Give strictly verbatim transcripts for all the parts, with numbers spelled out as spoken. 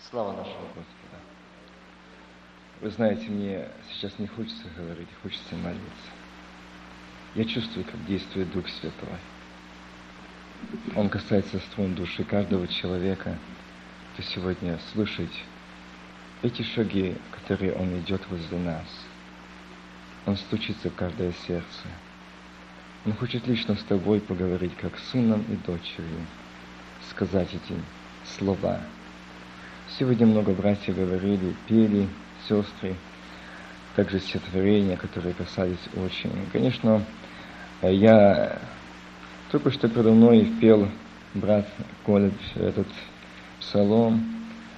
Слава нашему Господу. Вы знаете, мне сейчас не хочется говорить, хочется молиться. Я чувствую, как действует Дух Святой. Он касается струн души каждого человека, кто сегодня слышит эти шаги, которые Он идет возле нас. Он стучится в каждое сердце. Он хочет лично с тобой поговорить, как с сыном и дочерью, сказать эти слова. Сегодня много братьев говорили, пели, сестры, также стихотворения, которые касались очень. Конечно, я только что передо мной пел брат Коля этот псалом.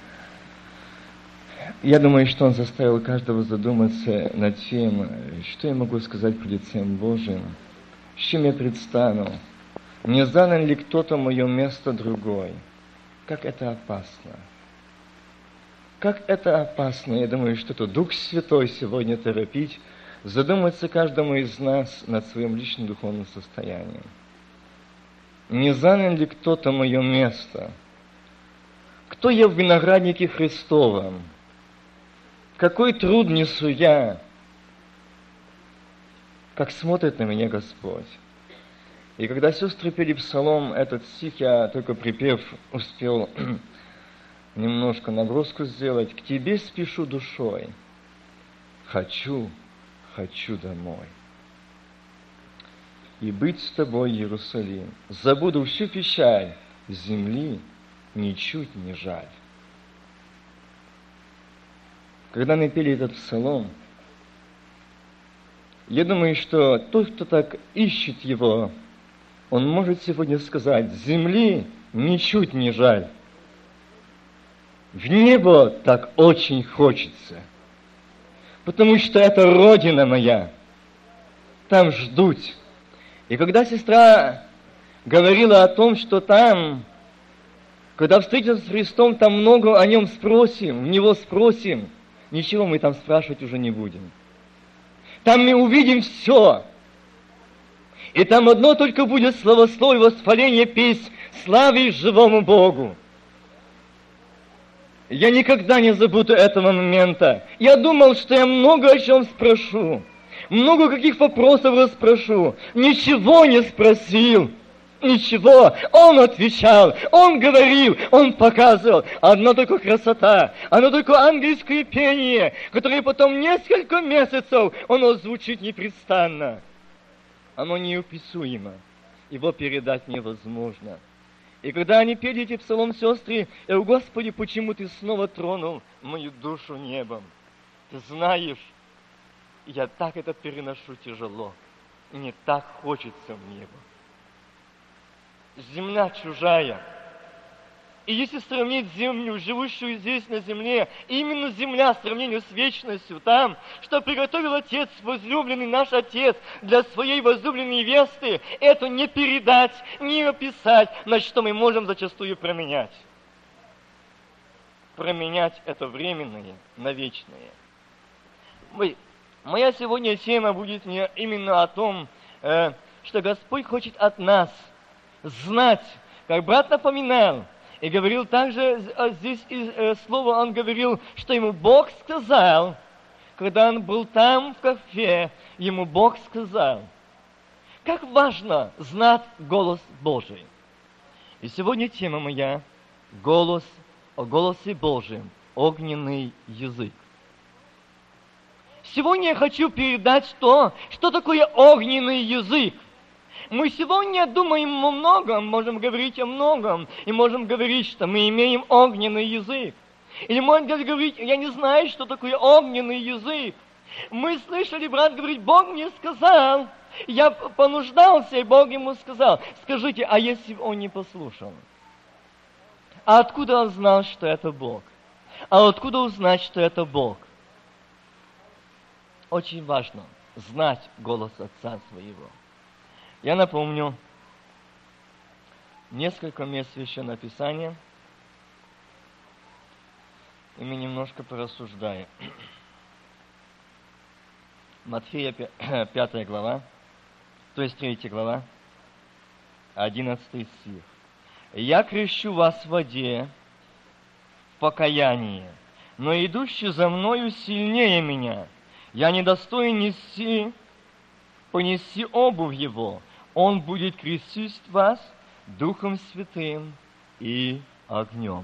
Я думаю, что он заставил каждого задуматься над тем, что я могу сказать пред лицем Божиим, с чем я предстану, не занял ли кто-то мое место другой. Как это опасно. Как это опасно. Я думаю, что это Дух Святой сегодня торопить, задуматься каждому из нас над своим личным духовным состоянием. Не занял ли кто-то мое место? Кто я в винограднике Христовом? Какой труд несу я? Как смотрит на меня Господь? И когда сестры пели псалом, этот стих, я только припев успел немножко нагрузку сделать. «К Тебе спешу душой, хочу, хочу домой. И быть с Тобой, Иерусалим, забуду всю печаль, земли ничуть не жаль». Когда мы пели этот псалом, я думаю, что тот, кто так ищет его, он может сегодня сказать: земли ничуть не жаль. В небо так очень хочется, потому что это Родина моя, там ждут. И когда сестра говорила о том, что там, когда встретимся с Христом, там много о Нем спросим, в Него спросим, ничего мы там спрашивать уже не будем. Там мы увидим все. И там одно только будет славословие, восхваление, песнь, славе живому Богу. Я никогда не забуду этого момента. Я думал, что я много о чем спрошу. Много каких вопросов расспрошу. Ничего не спросил. Ничего. Он отвечал. Он говорил. Он показывал. Одна только красота. Одно только ангельское пение, которое потом несколько месяцев оно звучит непрестанно. Оно неописуемо. Его передать невозможно. И когда они пели эти псалом, сестры, я говорю: Господи, почему Ты снова тронул мою душу небом? Ты знаешь, я так это переношу тяжело. Мне так хочется в небо. Земля чужая. И если сравнить землю, живущую здесь на земле, именно земля в сравнении с вечностью, там, что приготовил Отец, возлюбленный наш Отец, для своей возлюбленной невесты, это не передать, не описать, на что мы можем зачастую променять. Променять это временное на вечное. Мы, моя сегодня тема будет не именно о том, э, что Господь хочет от нас знать, как брат напоминал, и говорил также, здесь э, слово он говорил, что ему Бог сказал, когда он был там в кафе, ему Бог сказал. Как важно знать голос Божий. И сегодня тема моя – голос, о голосе Божьем, огненный язык. Сегодня я хочу передать то, что такое огненный язык. Мы сегодня думаем о многом, можем говорить о многом, и можем говорить, что мы имеем огненный язык. Или можем говорить: я не знаю, что такое огненный язык. Мы слышали, брат говорит: Бог мне сказал, я понуждался, и Бог ему сказал. Скажите, а если бы он не послушал? А откуда он знал, что это Бог? А откуда узнать, что это Бог? Очень важно знать голос Отца своего. Я напомню несколько мест Священного Писания, и мы немножко порассуждаем. Матфея пятая глава, то есть третья глава, одиннадцатый стих. «Я крещу вас в воде, покаянии, но идущий за мною сильнее меня. Я недостоин нести, понести обувь его. Он будет крестить вас Духом Святым и огнем».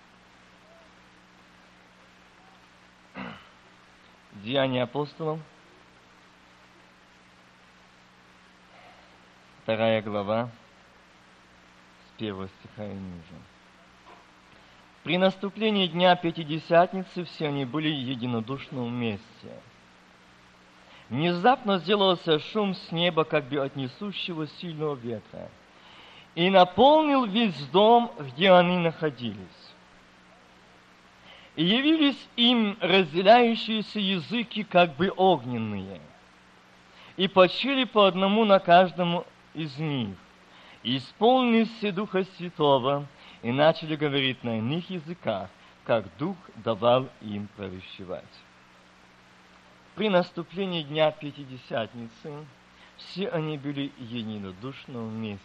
Деяния апостолов, вторая глава, с первого стиха и ниже. При наступлении дня Пятидесятницы все они были единодушно вместе. Внезапно сделался шум с неба, как бы от несущего сильного ветра, и наполнил весь дом, где они находились. И явились им разделяющиеся языки, как бы огненные, и почили по одному на каждому из них, и исполнились все Духа Святого, и начали говорить на иных языках, как Дух давал им провещевать. При наступлении дня Пятидесятницы все они были единодушно вместе.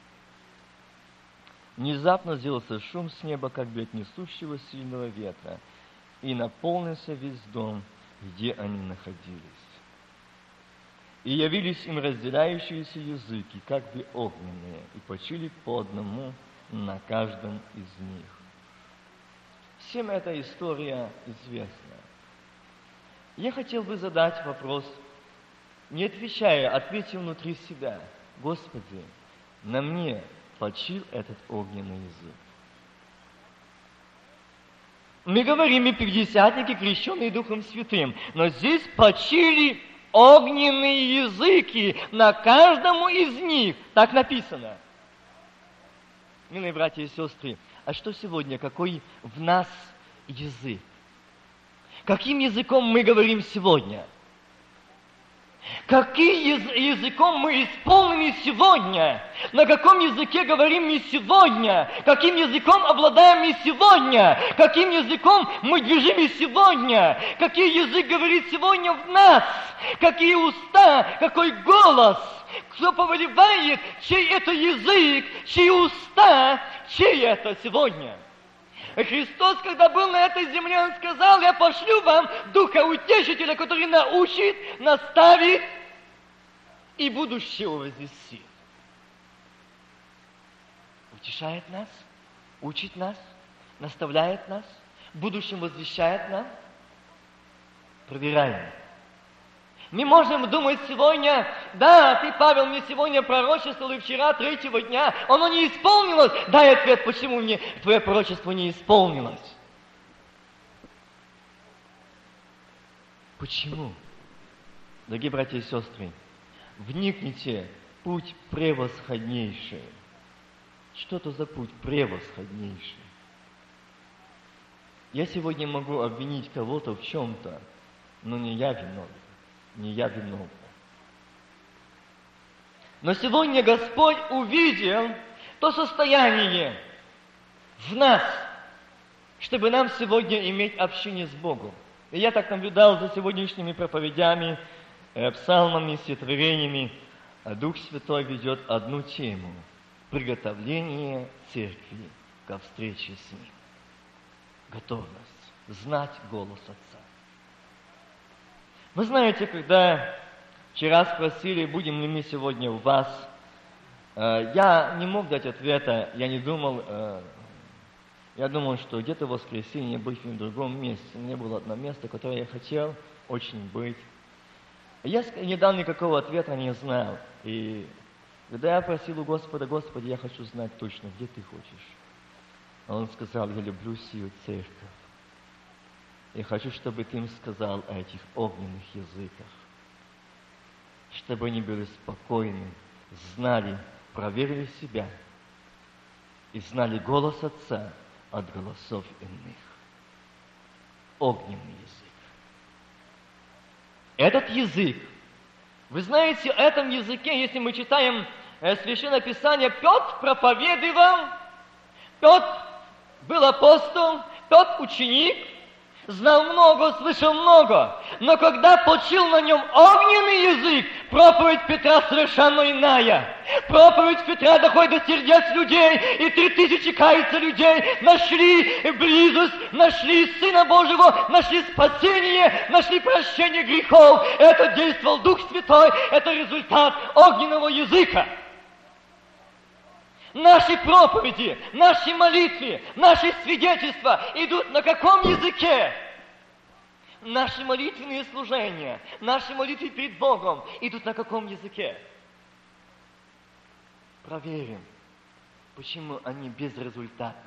Внезапно сделался шум с неба, как бы от несущего сильного ветра, и наполнился весь дом, где они находились. И явились им разделяющиеся языки, как бы огненные, и почили по одному на каждом из них. Всем эта история известна. Я хотел бы задать вопрос, не отвечая, ответил внутри себя: Господи, на мне почил этот огненный язык. Мы говорим, и пятидесятники, крещенные Духом Святым, но здесь почили огненные языки на каждому из них. Так написано. Милые братья и сестры, а что сегодня, какой в нас язык? Каким языком мы говорим сегодня? Каким языком мы исполнены сегодня? На каком языке говорим мы сегодня? Каким языком обладаем мы сегодня? Каким языком мы движим сегодня? Какой язык говорит сегодня в нас? Какие уста? Какой голос? Кто повелевает? Чей это язык? Чьи уста? Чей это сегодня? Христос, когда был на этой земле, Он сказал: я пошлю вам Духа Утешителя, который научит, наставит и будущего возвестит. Утешает нас, учит нас, наставляет нас, в будущем возвещает нам. Проверяем. Мы можем думать сегодня: да, ты, Павел, мне сегодня пророчествовал, и вчера, третьего дня, оно не исполнилось. Дай ответ, почему мне твое пророчество не исполнилось. Почему? Дорогие братья и сестры, вникните, путь превосходнейший. Что это за путь превосходнейший? Я сегодня могу обвинить кого-то в чем-то, но не я виновен. Не я виновен. Но сегодня Господь увидел то состояние в нас, чтобы нам сегодня иметь общение с Богом. И я так наблюдал за сегодняшними проповедями, э, псалмами, стихотворениями. А Дух Святой ведет одну тему – приготовление церкви ко встрече с Ним. Готовность знать голос Отца. Вы знаете, когда вчера спросили, будем ли мы сегодня у вас, я не мог дать ответа, я не думал, я думал, что где-то в воскресенье быть в другом месте. У меня было одно место, которое я хотел очень быть. Я не дал никакого ответа, не знал. И когда я просил у Господа: Господи, я хочу знать точно, где Ты хочешь. Он сказал: я люблю сию церковь. Я хочу, чтобы Ты им сказал о этих огненных языках, чтобы они были спокойны, знали, проверили себя и знали голос Отца от голосов иных. Огненный язык. Этот язык, вы знаете, о этом языке, если мы читаем Священное Писание, Петр проповедовал, Петр был апостол, Петр ученик. знал много, слышал много, но когда почил на нем огненный язык, проповедь Петра совершенно иная. Проповедь Петра доходит до сердец людей, и три тысячи кается людей нашли близость, нашли Сына Божьего, нашли спасение, нашли прощение грехов. Это действовал Дух Святой, это результат огненного языка. Наши проповеди, наши молитвы, наши свидетельства идут на каком языке? Наши молитвенные служения, наши молитвы перед Богом идут на каком языке? Проверим, почему они безрезультатны.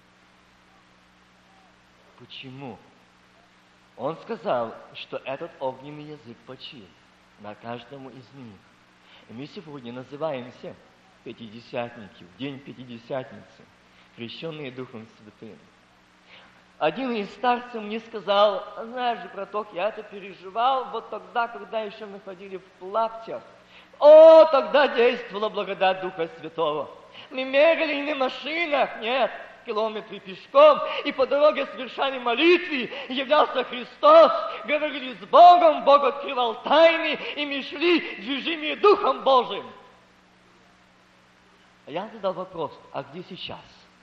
Почему? Он сказал, что этот огненный язык почил на каждому из них. И мы сегодня называемся пятидесятники, в день Пятидесятницы, крещенные Духом Святым. Один из старцев мне сказал: знаешь же, браток, я это переживал вот тогда, когда еще мы ходили в плаптях. О, тогда действовала благодать Духа Святого. Мы мерили не на машинах, нет, километры пешком, и по дороге совершали молитвы, являлся Христос, говорили с Богом, Бог открывал тайны, и мы шли, движимые Духом Божиим. А я задал вопрос: а где сейчас?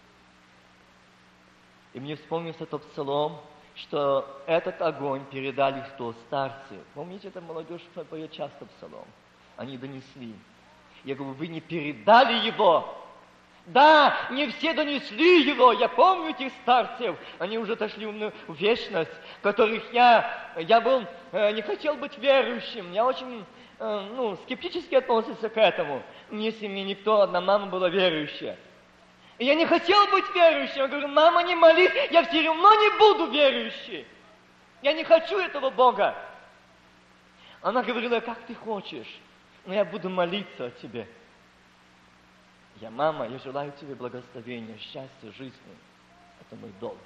И мне вспомнился тот псалом, что этот огонь передали что? Старцы. Помните, эта молодежь поет часто псалом. Они донесли. Я говорю: вы не передали его. Да, не все донесли его. Я помню этих старцев. Они уже отошли в вечность, которых я, я был, не хотел быть верующим. Я очень ну, скептически относился к этому. Если мне никто, одна мама была верующая. И я не хотел быть верующим. Я говорю: мама, не молись, я все равно не буду верующей. Я не хочу этого Бога. Она говорила: как ты хочешь, но я буду молиться о тебе. Я: мама, я желаю тебе благословения, счастья, жизни. Это мой долг.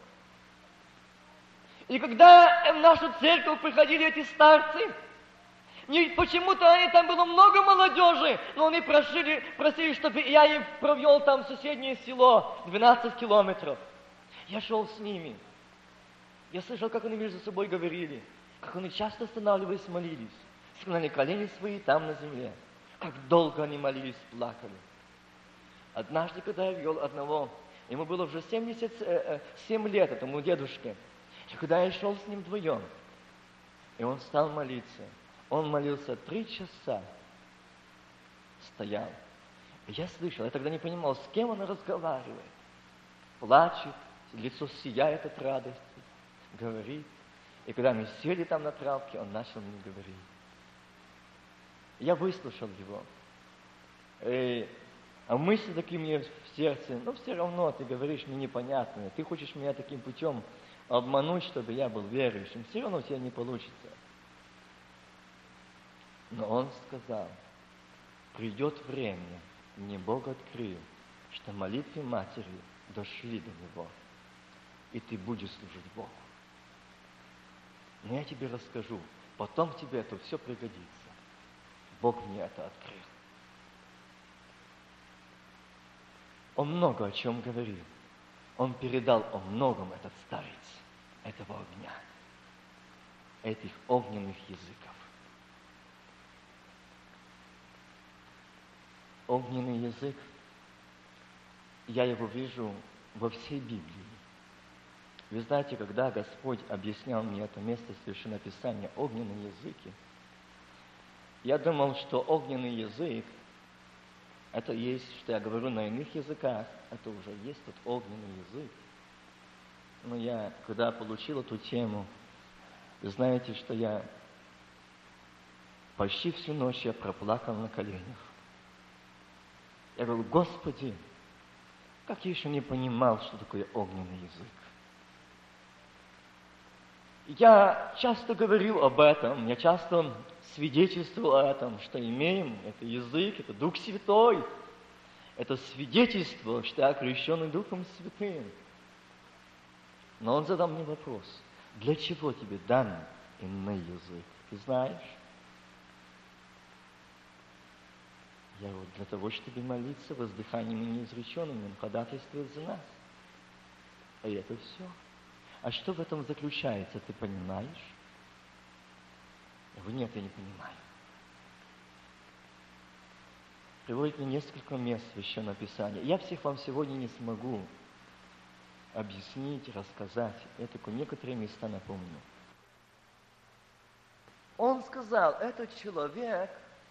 И когда в нашу церковь приходили эти старцы, почему-то они, там было много молодежи, но они просили, просили, чтобы я им провел там в соседнее село, двенадцать километров. Я шел с ними. Я слышал, как они между собой говорили, как они часто останавливались, молились, склоняли колени свои там на земле, как долго они молились, плакали. Однажды, когда я вел одного, ему было уже семьдесят семь лет, этому дедушке, и когда я шел с ним вдвоем, и он стал молиться, он молился три часа, стоял. И я слышал, я тогда не понимал, с кем он разговаривает. Плачет, лицо сияет от радости, говорит. И когда мы сели там на травке, он начал мне говорить. Я выслушал его. И, а мысли такие мне в сердце: ну все равно ты говоришь мне непонятное, ты хочешь меня таким путем обмануть, чтобы я был верующим, все равно у тебя не получится. Но он сказал: придет время, мне Бог открыл, что молитвы матери дошли до Него, и ты будешь служить Богу. Но я тебе расскажу, потом тебе это все пригодится. Бог мне это открыл. Он много о чем говорил. Он передал о многом, этот старец, этого огня, этих огненных языков. Огненный язык, я его вижу во всей Библии. Вы знаете, когда Господь объяснял мне это место Священного Писания, огненные языки, я думал, что огненный язык, это есть, что я говорю на иных языках, это уже есть тот огненный язык. Но я, когда получил эту тему, вы знаете, что я почти всю ночь я проплакал на коленях. Я говорю: Господи, как я еще не понимал, что такое огненный язык. Я часто говорил об этом, я часто свидетельствовал о этом, что имеем, это язык, это Дух Святой, это свидетельство, что я крещенный Духом Святым. Но он задал мне вопрос: для чего тебе дан иной язык? Ты знаешь? Я говорю: для того, чтобы молиться воздыханием неизреченным, он ходатайствует за нас. И это все. а что в этом заключается, ты понимаешь? Я говорю, нет, я не понимаю. Приводит мне несколько мест Священного Писания. Я всех вам сегодня не смогу объяснить, рассказать. Я только некоторые места напомню. Он сказал, этот человек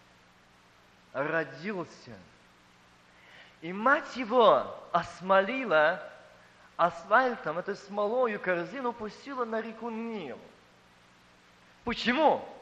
родился, и мать его осмолила асфальтом, этой смолою корзину пустила на реку Нил. Почему?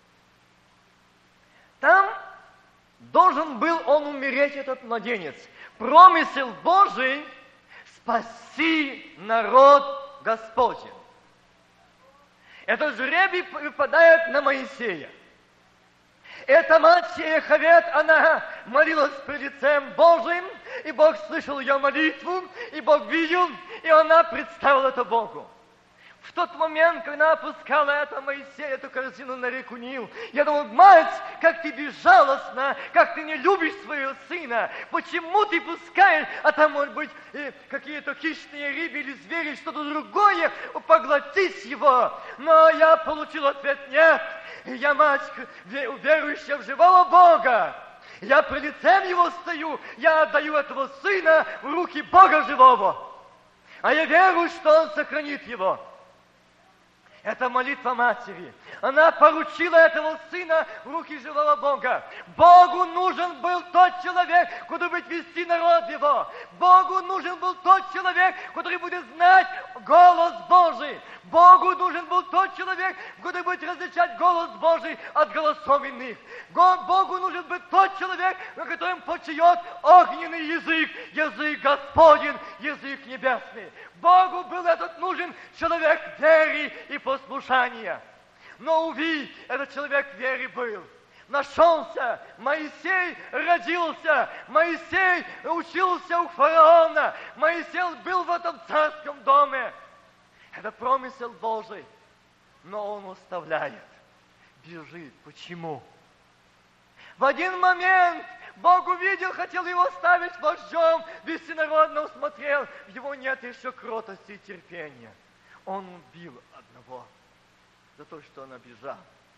Там должен был он умереть, этот младенец. Промысел Божий спаси народ Господень. Этот жребий выпадает на Моисея. Эта мать Иеховед, она молилась пред лицем Божиим, и Бог слышал ее молитву, и Бог видел, и она представила это Богу. В тот момент, когда опускала это Моисей, эту корзину на реку Нил, я думал, мать, как ты безжалостна, как ты не любишь своего сына, почему ты пускаешь, а там, может быть, какие-то хищные рыбы или звери, что-то другое, поглотить его. Но я получил ответ, нет, я мать, верующая в живого Бога. Я при лицем его стою, я отдаю этого сына в руки Бога живого. А я верую, что он сохранит его. Это молитва матери. Она поручила этого сына в руки живого Бога. Богу нужен был тот человек, который будет вести народ его. Богу нужен был тот человек, который будет знать голос Божий. Богу нужен был тот человек, который будет различать голос Божий от голосов иных. Богу нужен был тот человек, на котором почиет огненный язык, язык Господень, язык небесный. Богу был этот нужен человек веры и послушания. Но, увы, этот человек веры был. Нашелся, Моисей родился, Моисей учился у фараона, Моисей был в этом царском доме. Это промысел Божий. Но он оставляет, бежит. Почему? В один момент Бог увидел, хотел его оставить вождем, всенародно усмотрел, в его нет еще кротости и терпения. Он убил одного за то, что он обижал.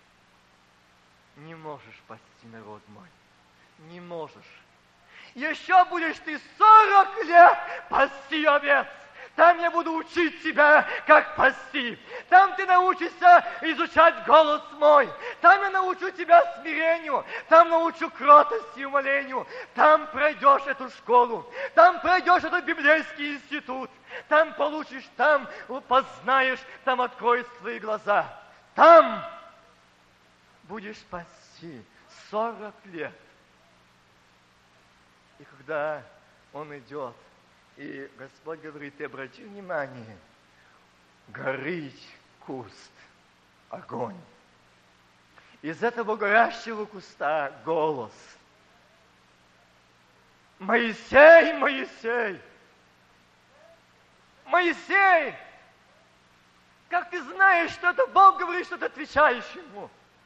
Не можешь спасти народ мой. Не можешь. Еще будешь ты сорок лет пасти овец. Там я буду учить тебя, как пасти. Там ты научишься изучать голос мой. Там я научу тебя смирению. Там научу кротости и умолению. Там пройдешь эту школу. Там пройдешь этот библейский институт. Там получишь, там познаешь, там откроешь свои глаза. Там будешь спасти сорок лет. И когда он идет, и Господь говорит, ты обрати внимание, горит куст, огонь. Из этого горящего куста голос. Моисей, Моисей! Моисей! Как ты знаешь, что это Бог говорит, что ты отвечаешь ему?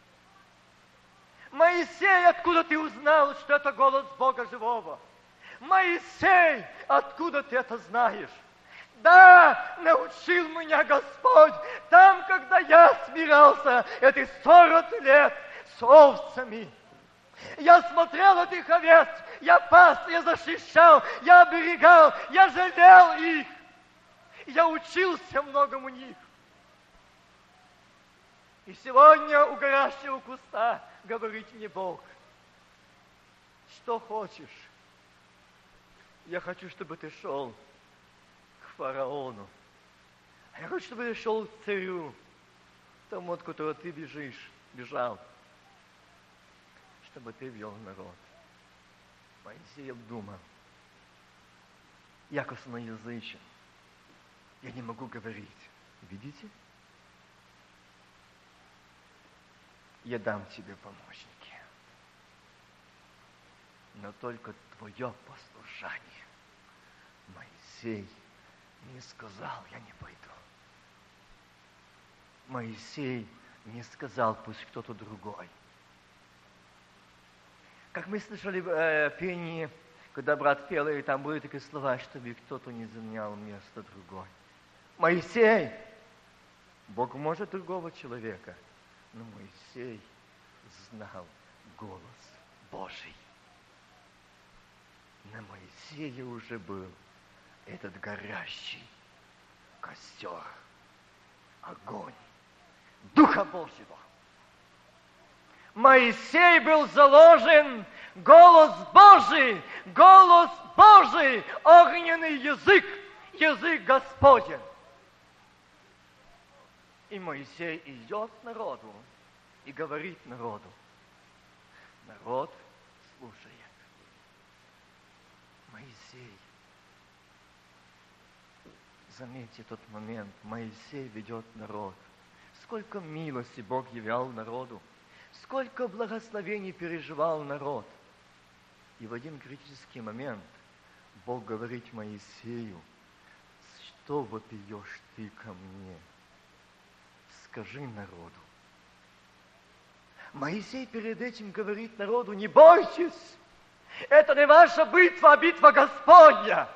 Моисей, откуда ты узнал, что это голос Бога живого? Моисей, откуда ты это знаешь? Да, научил меня Господь, там, когда я смирялся эти сорок лет с овцами. Я смотрел этих овец, я пас, я защищал, я оберегал, я жалел их. Я учился многому у них. И сегодня у горящего куста говорит мне Бог, что хочешь. Я хочу, чтобы ты шел к фараону. Я хочу, чтобы ты шел к царю, тому, от которого ты бежишь, бежал, чтобы ты вел народ. Моисей обдумал. Я косноязычен. Я не могу говорить. Видите? Я дам тебе помощники. Но только твое послушание. Моисей не сказал, я не пойду. Моисей не сказал, пусть кто-то другой. Как мы слышали в э, пении, когда брат пел, и там были такие слова, чтобы кто-то не занял место другой. Моисей, Бог может другого человека, но Моисей знал голос Божий. На Моисее уже был этот горящий костер, огонь Духа Божьего. Моисей был заложен, голос Божий, голос Божий, огненный язык, язык Господень. И Моисей идет к народу и говорит народу. Народ слушает. Моисей. Заметьте тот момент. Моисей ведет народ. Сколько милости Бог являл народу. Сколько благословений переживал народ. И в один критический момент Бог говорит Моисею: что вопиешь ты ко мне? Скажи народу. Моисей перед этим говорит народу: не бойтесь, это не ваша битва, а битва Господня.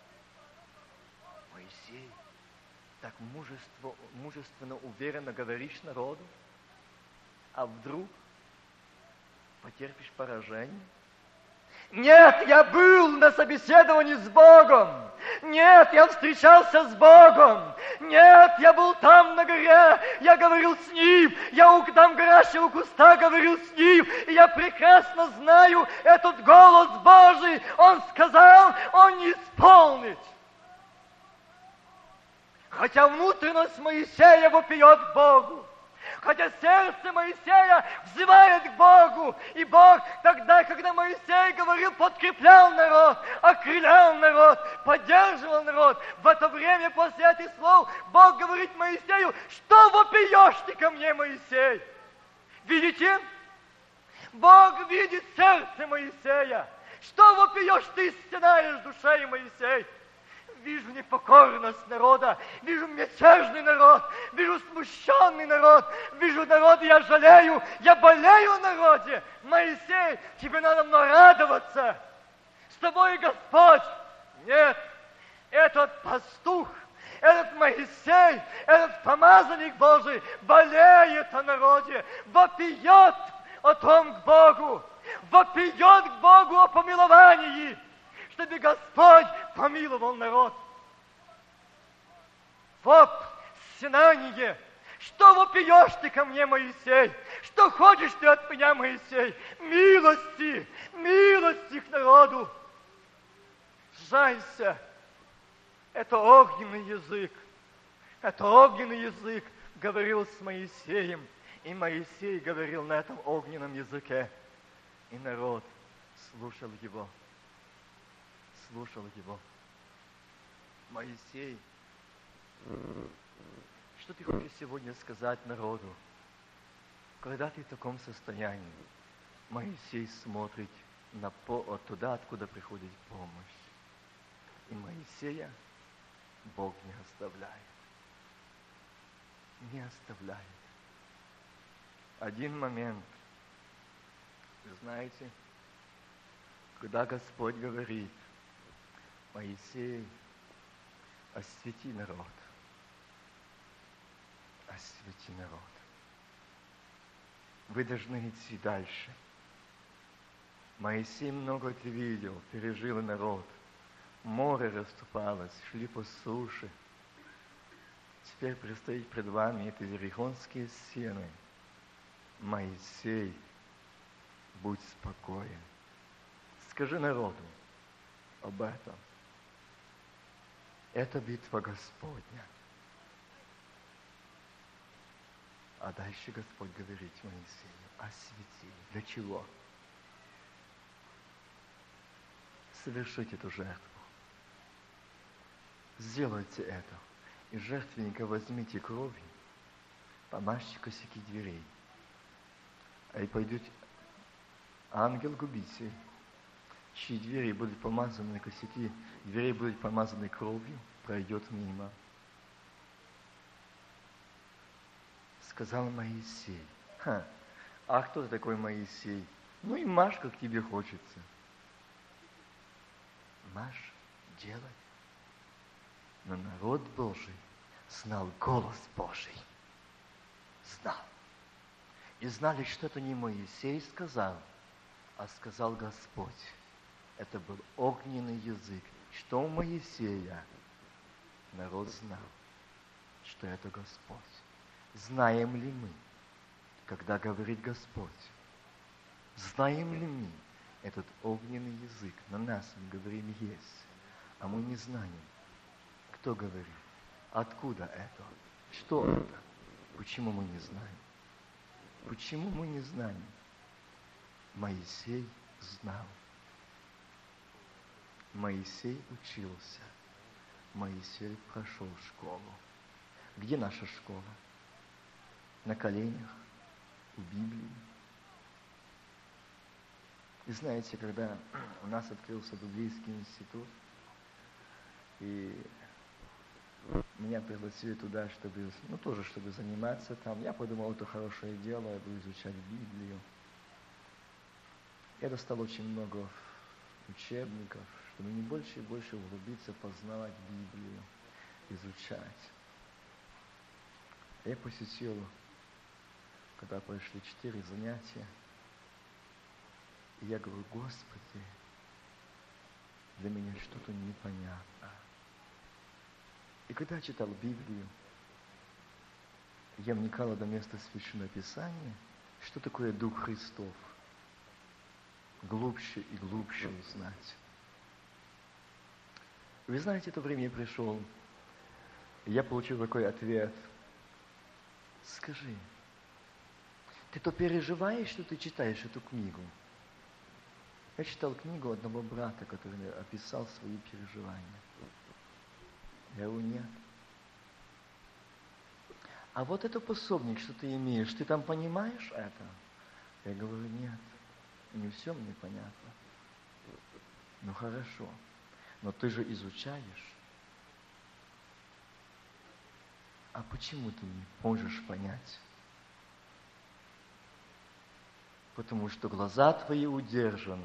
Моисей, так мужество, мужественно, уверенно говоришь народу, а вдруг потерпишь поражение? Нет, я был на собеседовании с Богом. Нет, я встречался с Богом. Нет, я был там на горе, я говорил с Ним. Я у там горящего куста говорил с Ним. И я прекрасно знаю этот голос Божий. Он сказал, Он не исполнит. Хотя внутренность Моисея вопиет к Богу. Хотя сердце Моисея взывает к Богу. И Бог тогда, когда Моисей говорил, подкреплял народ, окрылял народ, поддерживал народ. В это время, после этих слов, Бог говорит Моисею: что вопиешь ты ко мне, Моисей? Видите? Бог видит сердце Моисея. Что вопиешь ты, стенаешь душой, Моисей? Вижу непокорность народа, вижу мятежный народ, вижу смущенный народ, вижу народ, я жалею, я болею о народе. Моисей, тебе надо мной радоваться. С тобой Господь. Нет, этот пастух, этот Моисей, этот помазанник Божий болеет о народе, вопиет о том к Богу, вопиет к Богу о помиловании, чтобы Господь помиловал народ. Воп, стенание. Что вопиешь ты ко мне, Моисей? Что хочешь ты от меня, Моисей? Милости, милости к народу. Жалься. Это огненный язык. Это огненный язык говорил с Моисеем. И Моисей говорил на этом огненном языке. И народ слушал его. Слушал его. Моисей, что ты хочешь сегодня сказать народу? Когда ты в таком состоянии, Моисей смотрит на по, туда, откуда приходит помощь. И Моисея Бог не оставляет. Не оставляет. Один момент. Вы знаете, когда Господь говорит: Моисей, освети народ. Освети народ. Вы должны идти дальше. Моисей много видел, пережил народ. Море расступалось, шли по суше. Теперь предстоит пред вами эти Иерихонские стены. Моисей, будь спокоен. Скажи народу об этом. Это битва Господня. А дальше Господь говорит Моисею: освети. Для чего? Совершите эту жертву. Сделайте это. Из жертвенника возьмите кровью, помажьте косяки дверей. А и пойдет ангел-губитель, чьи двери будут помазаны, косяки дверей будут помазаны кровью, пройдет мимо. Сказал Моисей. Ха, а кто ты такой, Моисей? Ну и маш, как тебе хочется. Маш, делай. Но народ Божий знал голос Божий. знал. И знали, что это не Моисей сказал, а сказал Господь. Это был огненный язык. Что у Моисея? Народ знал, что это Господь. Знаем ли мы, когда говорит Господь? Знаем ли мы этот огненный язык? На нас, мы говорим, есть. А мы не знаем, кто говорит, откуда это, что это, почему мы не знаем. Почему мы не знаем? Моисей знал. Моисей учился. Моисей прошел школу. Где наша школа? На коленях, у Библии. И знаете, когда у нас открылся библейский институт, и меня пригласили туда, чтобы, ну, тоже, чтобы заниматься там. Я подумал, это хорошее дело, я буду изучать Библию. Я достал очень много учебников, чтобы мне больше и больше углубиться, познавать Библию, изучать. Я посетил, когда прошли четыре занятия, и я говорю, Господи, для меня что-то непонятно. И когда я читал Библию, я вникал до места Священного Писания, что такое Дух Христов, глубже и глубже узнать. Вы знаете, это время пришло, и я получил такой ответ. Скажи, ты то переживаешь, что ты читаешь эту книгу? Я читал книгу одного брата, который описал свои переживания. Я говорю, нет. А вот это пособник, что ты имеешь, ты там понимаешь это? Я говорю, нет, не все мне понятно. Ну хорошо, но ты же изучаешь. А почему ты не можешь понять? Потому что глаза твои удержаны.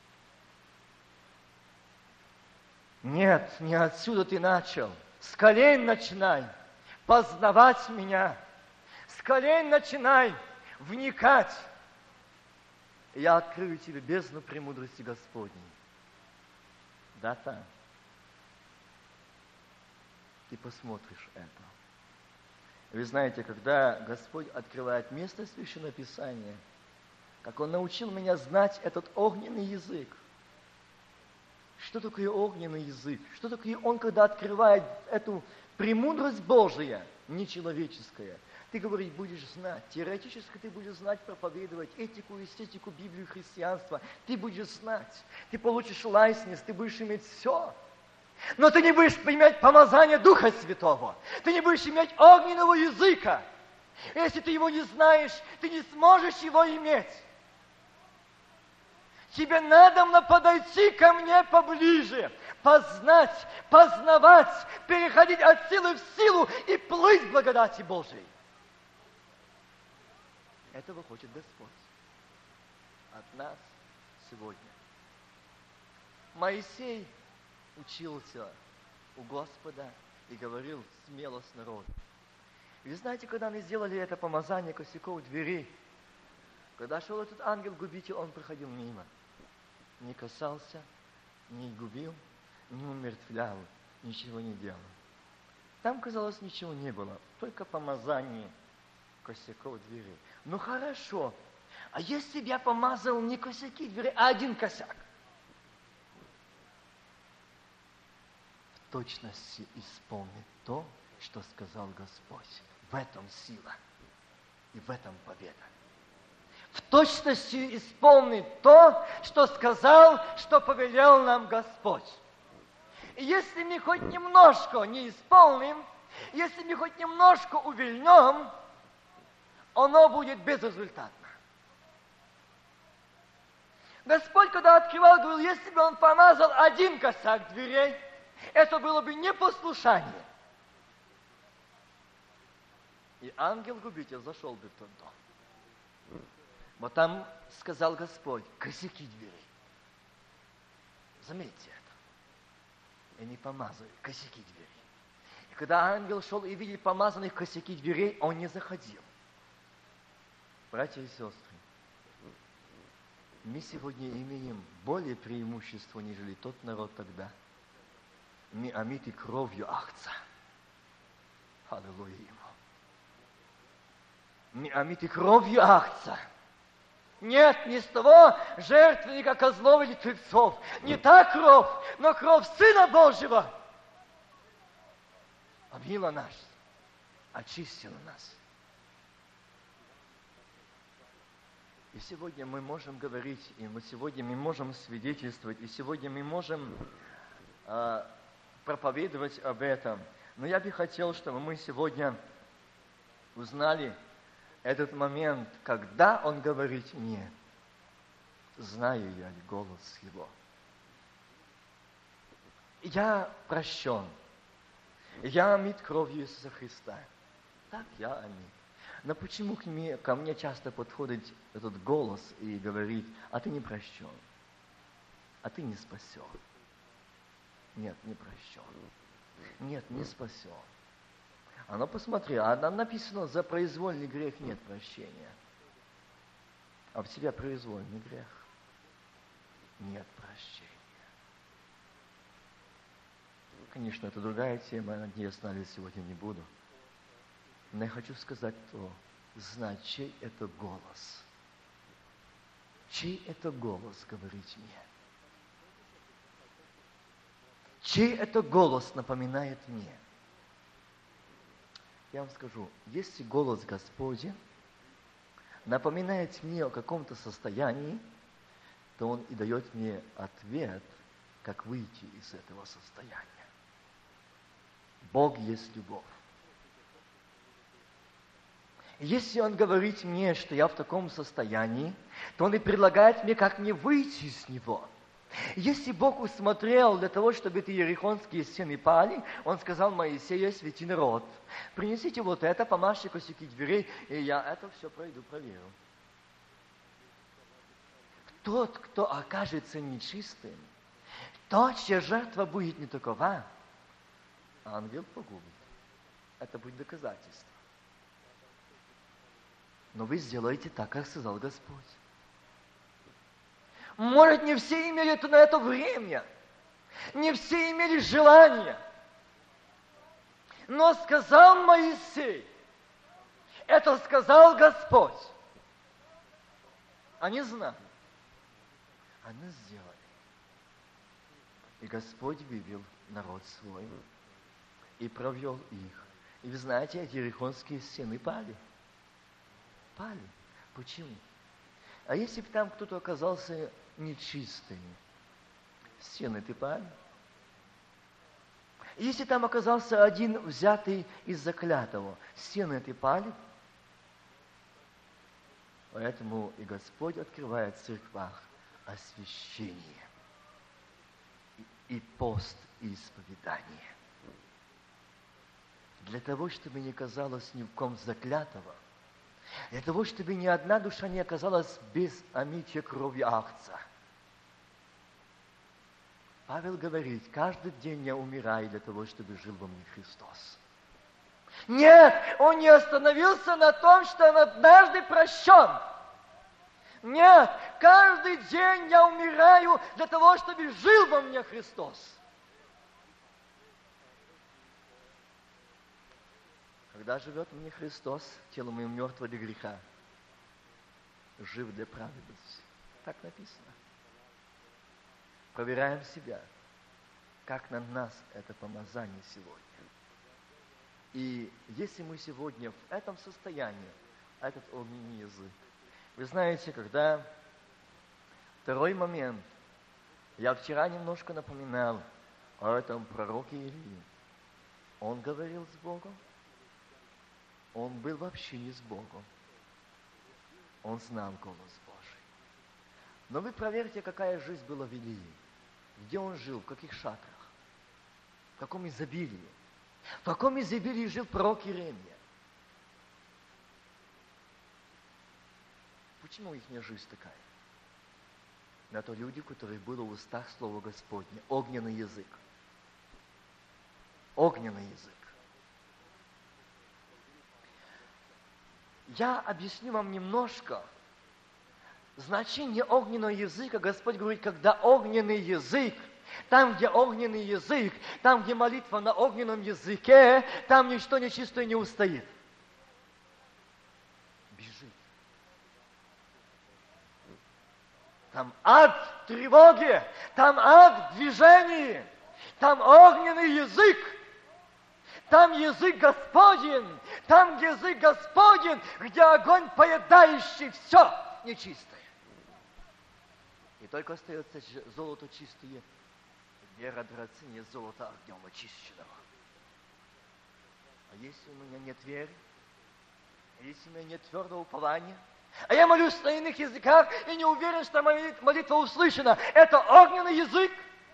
Нет, не отсюда ты начал. С колен начинай познавать меня. С колен начинай вникать. Я открою тебе бездну премудрости Господней. Да, так. Ты посмотришь это. Вы знаете, когда Господь открывает место Священного Писания, как Он научил меня знать этот огненный язык. Что такое огненный язык? Что такое Он, когда открывает эту премудрость Божия, нечеловеческая? Ты, говоришь, будешь знать. Теоретически ты будешь знать, проповедовать этику, эстетику, Библию, христианство. Ты будешь знать. Ты получишь лайснес, ты будешь иметь все. Но ты не будешь иметь помазание Духа Святого. Ты не будешь иметь огненного языка. Если ты его не знаешь, ты не сможешь его иметь. Тебе надо подойти ко мне поближе, познать, познавать, переходить от силы в силу и плыть в благодати Божией. Этого хочет Господь от нас сегодня. Моисей учился у Господа и говорил смело с народом. И вы знаете, когда они сделали это помазание косяков двери, когда шел этот ангел-губитель, он проходил мимо. Не касался, не губил, не умертвлял, ничего не делал. Там, казалось, ничего не было, только помазание косяков двери. Ну хорошо, а если бы я помазал не косяки двери, а один косяк? В точности исполнит то, что сказал Господь. В этом сила и в этом победа. В точности исполнит то, что сказал, что повелел нам Господь. И если мы хоть немножко не исполним, если мы хоть немножко увильнем, оно будет безрезультатно. Господь, когда открывал, говорил, если бы Он помазал один косяк дверей, это было бы непослушание. И ангел-губитель зашел бы в тот дом. Вот там сказал Господь, косяки дверей. Заметьте это. И не помазали косяки дверей. И когда ангел шел и видел помазанных косяки дверей, он не заходил. Братья и сестры, мы сегодня имеем более преимущество, нежели тот народ тогда. Мы омиты кровью Агнца. Аллилуйя Ему. Мы омиты кровью Агнца. Нет, не с того жертвенника козлов или тельцов. Не та кровь, но кровь Сына Божьего омила нас, очистила нас. И сегодня мы можем говорить, и мы сегодня мы можем свидетельствовать, и сегодня мы можем э, проповедовать об этом. Но я бы хотел, чтобы мы сегодня узнали этот момент, когда Он говорит мне, знаю я голос Его. Я прощен. Я омит кровью Иисуса Христа. Так, я омит. Но почему к мне, ко мне часто подходит этот голос и говорит, а ты не прощен, а ты не спасен. Нет, не прощен. Нет, не спасен. А ну посмотри, а там написано, за произвольный грех нет прощения. А в тебя произвольный грех. Нет прощения. Конечно, это другая тема, на ней останавливаться сегодня не буду. Но я хочу сказать то, знать, чей это голос. Чей это голос говорит мне? Чей это голос напоминает мне? Я вам скажу, если голос Господень напоминает мне о каком-то состоянии, то Он и дает мне ответ, как выйти из этого состояния. Бог есть любовь. Если Он говорит мне, что я в таком состоянии, то Он и предлагает мне, как мне выйти из него. Если Бог усмотрел для того, чтобы эти ерихонские стены пали, Он сказал Моисею, свети народ, принесите вот это, помажьте косяки дверей, и я это все пройду, проверю. Тот, кто окажется нечистым, тот, чья жертва будет не такова, ангел погубит. Это будет доказательство. Но вы сделаете так, как сказал Господь. Может, не все имели на это время, не все имели желание. Но сказал Моисей, это сказал Господь. Они знали. Они сделали. И Господь вывел народ свой и провел их. И вы знаете, эти ерихонские стены пали. Пали. Почему? А если бы там кто-то оказался нечистым, стены-то пали. Если там оказался один взятый из заклятого, стены-то пали. Поэтому и Господь открывает в церквах освящение и пост и исповедание. Для того, чтобы не казалось ни в ком заклятого, для того, чтобы ни одна душа не оказалась без омития кровью Агнца. Павел говорит, каждый день я умираю для того, чтобы жил во мне Христос. Нет, он не остановился на том, что он однажды прощен. Нет, каждый день я умираю для того, чтобы жил во мне Христос. Когда живет в мне Христос, тело мое мертво для греха, жив для праведности. Так написано. Проверяем себя, как на нас это помазание сегодня. И если мы сегодня в этом состоянии, этот огненный язык, вы знаете, когда второй момент, я вчера немножко напоминал о этом пророке Илии. Он говорил с Богом, он был в общине с Богом, он знал голос Божий. Но вы проверьте, какая жизнь была в Илии, где он жил, в каких шатрах, в каком изобилии, в каком изобилии жил пророк Иеремия. Почему их жизнь такая? На то люди, у которых было в устах Слово Господне, огненный язык. Огненный язык. Я объясню вам немножко значение огненного языка. Господь говорит, когда огненный язык, там, где огненный язык, там, где молитва на огненном языке, там ничто нечистое не устоит. Бежит. Там ад в тревоге, там ад в движении, там огненный язык, там язык Господень, там язык Господень, где огонь, поедающий все нечистое. И только остается золото чистое, вера драгоценнее золота огнем очищенного. А если у меня нет веры, если у меня нет твердого упования, а я молюсь на иных языках и не уверен, что молитва услышана, это огненный язык?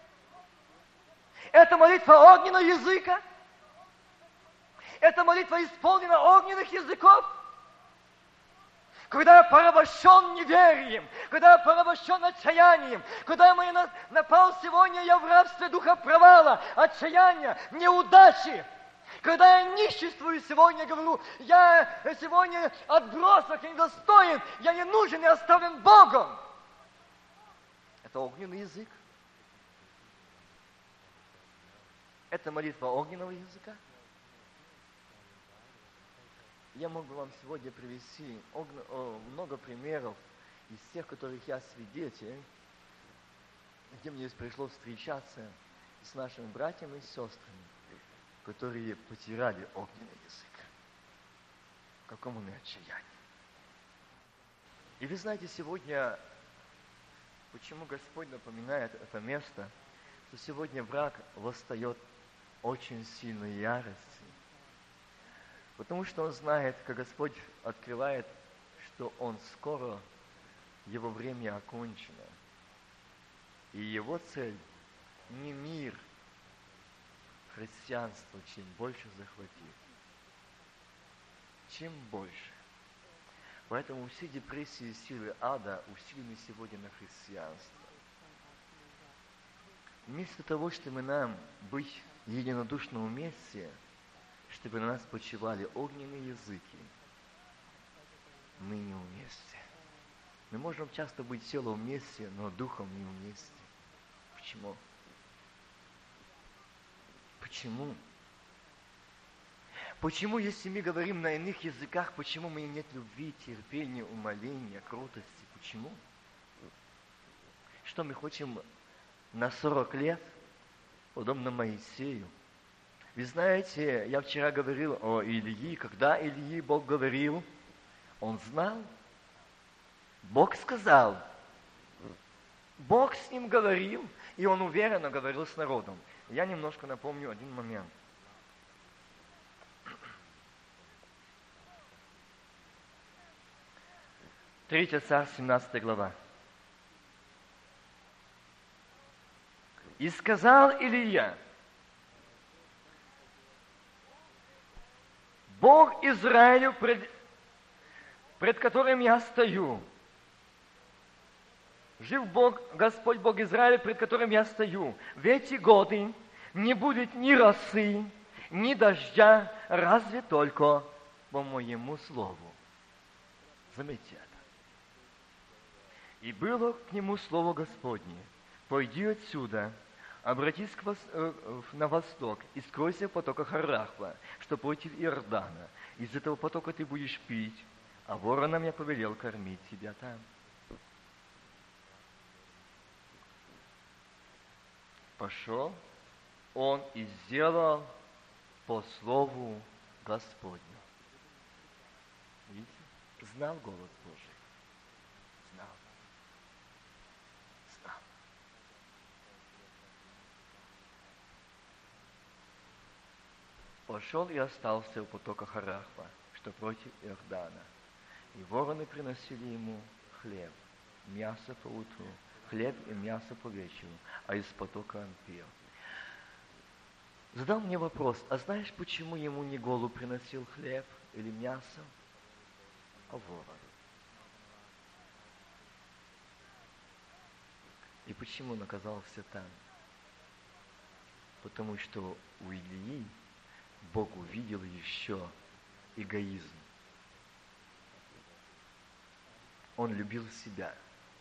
Это молитва огненного языка? Это молитва исполнена огненных языков? Когда я порабощен неверием, когда я порабощен отчаянием, когда я напал сегодня, я в рабстве духа провала, отчаяния, неудачи, когда я ниществую сегодня, говорю, я сегодня отбросок, я недостоин, я не нужен, я оставлен Богом. Это огненный язык. Это молитва огненного языка. Я мог бы вам сегодня привести много примеров из тех, которых я свидетель, где мне пришлось встречаться с нашими братьями и сестрами, которые потеряли огненный язык. В каком он отчаянии. И вы знаете, сегодня, почему Господь напоминает это место, что сегодня враг восстает очень сильной яростью. Потому что он знает, как Господь открывает, что он скоро, его время окончено. И его цель не мир, христианство, чем больше захватить. Чем больше. Поэтому все депрессии и силы ада усилены сегодня на христианство. Вместо того, чтобы нам быть в единодушном вместе, чтобы на нас почивали огненные языки, мы не вместе. Мы можем часто быть телом вместе, но духом не вместе. Почему? Почему? Почему, если мы говорим на иных языках, почему у меня нет любви, терпения, умоления, кротости? Почему? Что мы хотим на сорок лет, подобно Моисею? Вы знаете, я вчера говорил о Илии, когда Илии Бог говорил, он знал, Бог сказал, Бог с ним говорил, и он уверенно говорил с народом. Я немножко напомню один момент. Третья Царств, семнадцатая глава. «И сказал Илия, Бог Израилю, пред, пред которым я стою, жив Бог, Господь Бог Израиля, пред которым я стою, в эти годы не будет ни росы, ни дождя, разве только по моему слову». Заметьте это. «И было к нему слово Господне: пойди отсюда, обратись к вос... на восток и скройся в потоках Арахва, что против Иордана. Из этого потока ты будешь пить, а воронам я повелел кормить тебя там». Пошел он и сделал по слову Господню. Видите? Знал голос Божий. Знал. Знал. Пошел и остался в потоках Арахва, что против Иордана. И вороны приносили ему хлеб, мясо по утру, хлеб и мясо по вечеру, а из потока он пил. Задал мне вопрос, а знаешь, почему ему не голубь приносил хлеб или мясо, а ворон? И почему он оказался там? Потому что у Илии Бог увидел еще эгоизм. Он любил себя.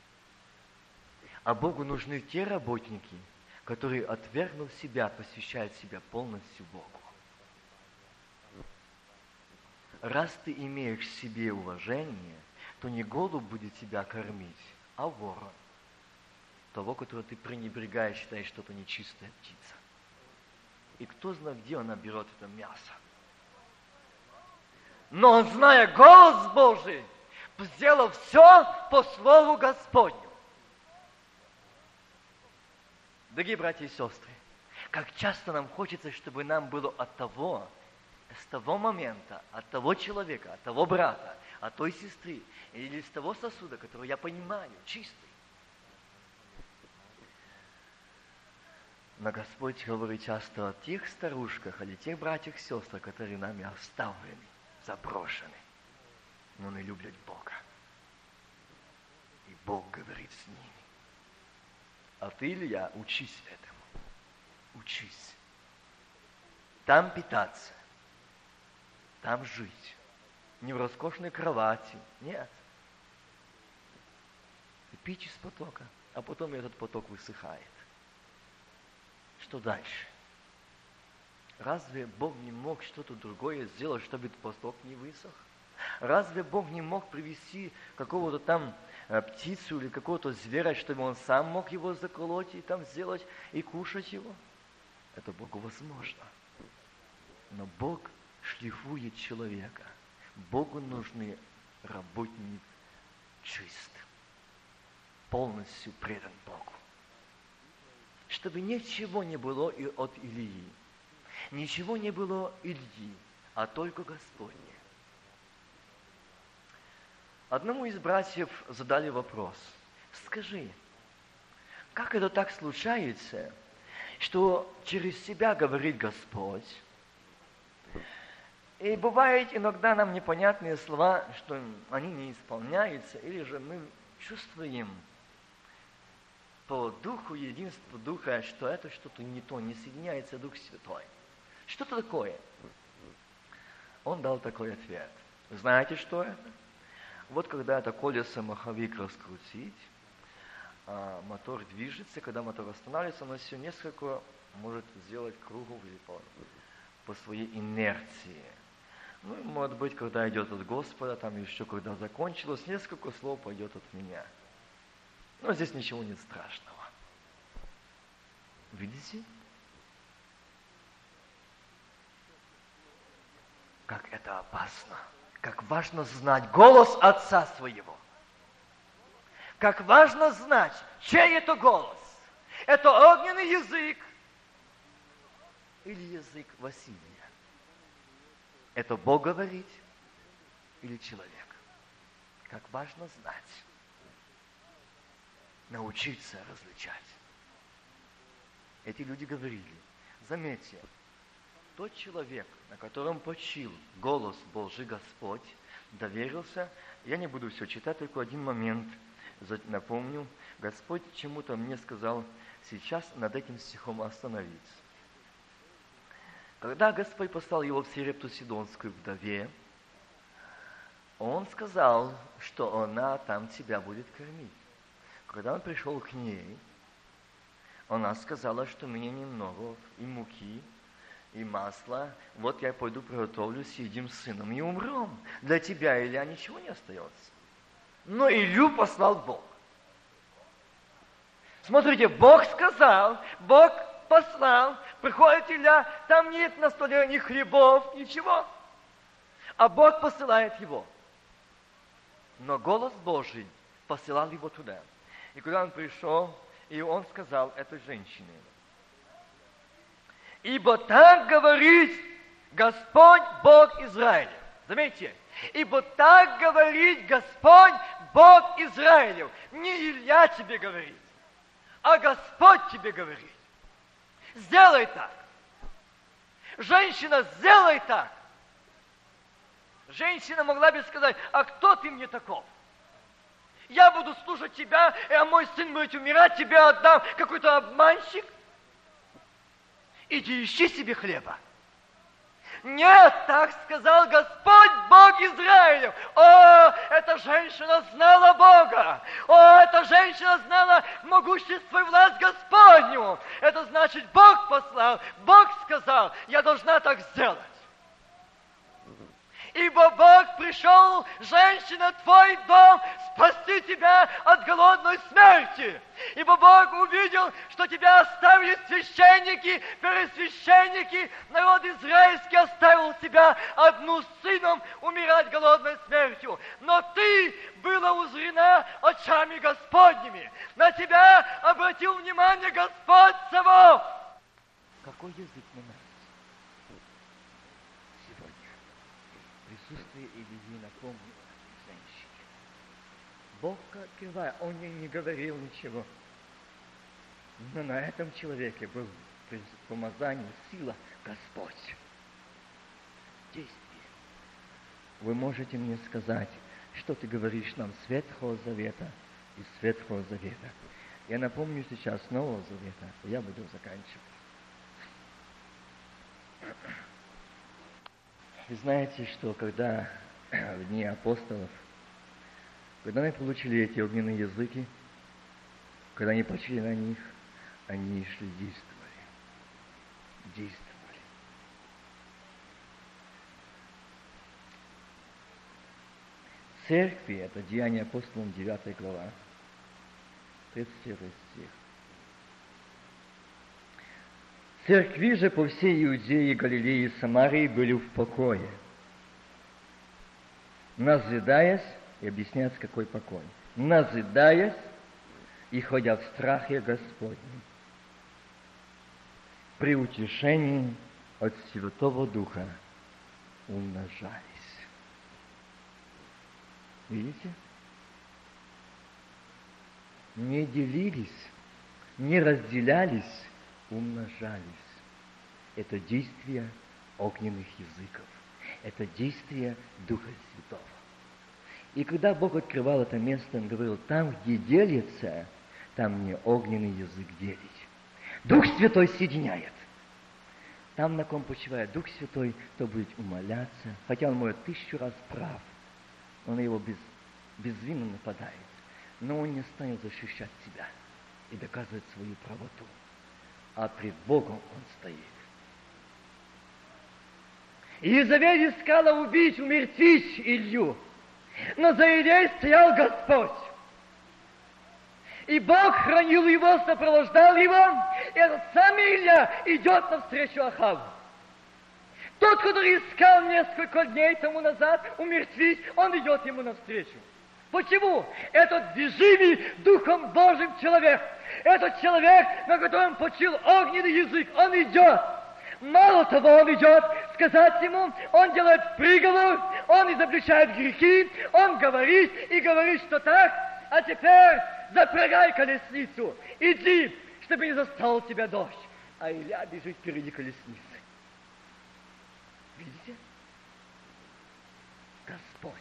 А Богу нужны те работники, которые, отвергнув себя, посвящают себя полностью Богу. Раз ты имеешь в себе уважение, то не голубь будет тебя кормить, а ворон. Того, которого ты пренебрегаешь, считаешь, что это нечистая птица. И кто знает, где она берет это мясо. Но он, зная голос Божий, сделал все по слову Господню. Дорогие братья и сестры, как часто нам хочется, чтобы нам было от того, с того момента, от того человека, от того брата, от той сестры, или с того сосуда, который я понимаю, чистый. Но Господь говорит часто о тех старушках, или тех братьях и сестрах, которые нами оставлены, заброшены, но не любят Бога. И Бог говорит с ними. А ты, Илья, учись этому. Учись. Там питаться. Там жить. Не в роскошной кровати. Нет. И пить из потока. А потом этот поток высыхает. Что дальше? Разве Бог не мог что-то другое сделать, чтобы этот поток не высох? Разве Бог не мог привести какого-то там э, птицу или какого-то зверя, чтобы он сам мог его заколоть и там сделать и кушать его? Это Богу возможно. Но Бог шлифует человека. Богу нужны работник чист, полностью предан Богу. Чтобы ничего не было и от Илии, ничего не было Ильи, а только Господне. Одному из братьев задали вопрос. Скажи, как это так случается, что через себя говорит Господь, и бывает иногда нам непонятные слова, что они не исполняются, или же мы чувствуем по духу, единству духа, что это что-то не то, не соединяется Дух Святой. Что-то такое. Он дал такой ответ. Знаете, что это? Вот когда это колесо маховик раскрутить, а мотор движется, когда мотор останавливается, он все несколько может сделать кругов или по, по своей инерции. Ну, и может быть, когда идет от Господа, там еще когда закончилось, несколько слов пойдет от меня. Но здесь ничего нет страшного. Видите? Как это опасно. Как важно знать голос Отца своего. Как важно знать, чей это голос. Это огненный язык или язык Василия. Это Бог говорит или человек. Как важно знать. Научиться различать. Эти люди говорили, заметьте, тот человек, на котором почил голос Божий Господь, доверился, я не буду все читать, только один момент напомню, Господь чему-то мне сказал сейчас над этим стихом остановиться. Когда Господь послал его в Сарепту Сидонскую вдове, Он сказал, что она там тебя будет кормить. Когда он пришел к ней, она сказала, что мне немного и муки, и масла. Вот я пойду приготовлю, съедим с сыном и умрем. Для тебя, Илья, ничего не остается. Но Илью послал Бог. Смотрите, Бог сказал, Бог послал, приходит Илья, там нет на столе ни хлебов, ничего. А Бог посылает его. Но голос Божий посылал его туда. И когда он пришел, и он сказал этой женщине, ибо так говорит Господь Бог Израиля. Заметьте, ибо так говорит Господь Бог Израилев. Не Илья тебе говорит, а Господь тебе говорит. Сделай так. Женщина, сделай так. Женщина могла бы сказать, а кто ты мне таков? Я буду слушать тебя, а мой сын будет умирать, тебя отдам. Какой-то обманщик? Иди ищи себе хлеба. Нет, так сказал Господь Бог Израилев. О, эта женщина знала Бога. О, эта женщина знала могущество и власть Господню. Это значит, Бог послал, Бог сказал, я должна так сделать. Ибо Бог пришел, женщина, в твой дом, спасти тебя от голодной смерти. Ибо Бог увидел, что тебя оставили священники, первосвященники, народ израильский оставил тебя одну с сыном умирать голодной смертью. Но ты была узрена очами Господними. На тебя обратил внимание Господь Саваоф. Какой язык на нас? Присутствие Илии напомнило женщине. Бог открывая, он ей не говорил ничего. Но на этом человеке был при помазании сила Господь. Действие. Вы можете мне сказать, что ты говоришь нам с Ветхого Завета и с Ветхого Завета. Я напомню сейчас Нового Завета, я буду заканчивать. Вы знаете, что когда в дни апостолов, когда они получили эти огненные языки, когда они почили на них, они шли, действовали. Действовали. Церкви, это Деяния апостолов, девятая глава, тридцать первый стих. Церкви же по всей Иудее, Галилее и Самарии были в покое, назидаясь, и объясняется, какой покой, назидаясь и ходя в страхе Господнем, при утешении от Святого Духа умножались. Видите? Не делились, не разделялись, умножались. Это действие огненных языков. Это действие Духа Святого. И когда Бог открывал это место, Он говорил, там, где делится, там не огненный язык делить. Дух Святой соединяет. Там, на ком почивает Дух Святой, то будет умоляться, хотя он может тысячу раз прав. Он на его без, безвинно нападает. Но он не станет защищать себя и доказывать свою правоту. А пред Богом он стоит. Иезавель искала убить, умертвить Илью, но за Илией стоял Господь. И Бог хранил его, сопровождал его, и этот самый Илья идет навстречу Ахаву. Тот, который искал несколько дней тому назад умертвить, он идет ему навстречу. Почему? Этот движимый Духом Божьим человек, этот человек, на котором почил огненный язык, он идет. Мало того, он идет сказать ему, он делает приговор, он изобличает грехи, он говорит и говорит, что так, а теперь запрягай колесницу, иди, чтобы не застал тебя дождь. А Илья бежит впереди колесницы. Видите? Господь.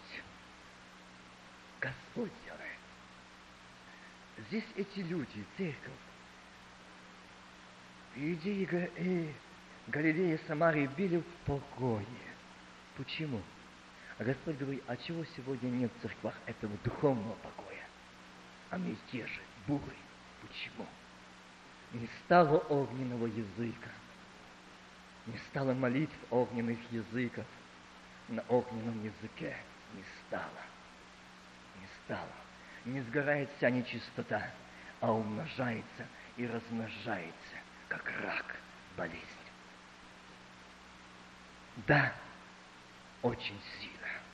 Господь делает. Здесь эти люди, церковь, Иудеи и Галилея и Самарии были в покое. Почему? А Господь говорит, а чего сегодня нет в церквах этого духовного покоя? А мятежи, бури. Почему? Не стало огненного языка. Не стало молитв огненных языков на огненном языке. Не стало. Не стало. Не сгорает вся нечистота, а умножается и размножается, как рак, болезнь. Да, очень сильно.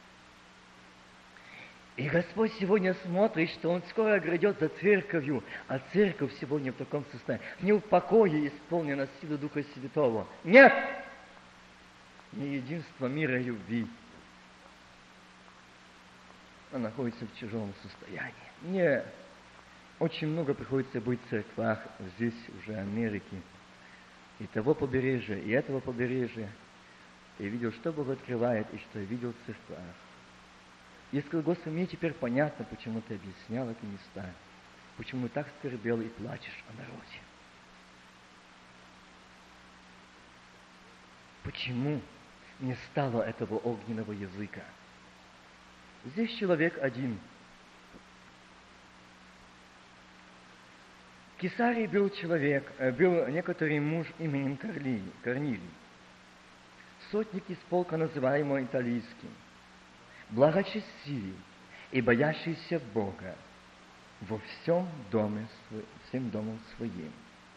И Господь сегодня смотрит, что Он скоро грядет за церковью, а церковь сегодня в таком состоянии, не в покое исполнена сила Духа Святого. Нет! Не единство мира и любви. Она находится в тяжелом состоянии. Нет. Очень много приходится быть в церквах, здесь уже Америки, и того побережья, и этого побережья. И видел, что Бог открывает, и что я видел в церквах. Я сказал, Господи, мне теперь понятно, почему Ты объяснял эти места, почему так скорбел и плачешь о народе. Почему? не стало этого огненного языка. Здесь человек один. В Кесарии был человек, был некоторый муж именем Корнилий, Корнилий, сотник из полка, называемого Италийским, благочестивый и боящийся Бога во всем доме, всем домом своим,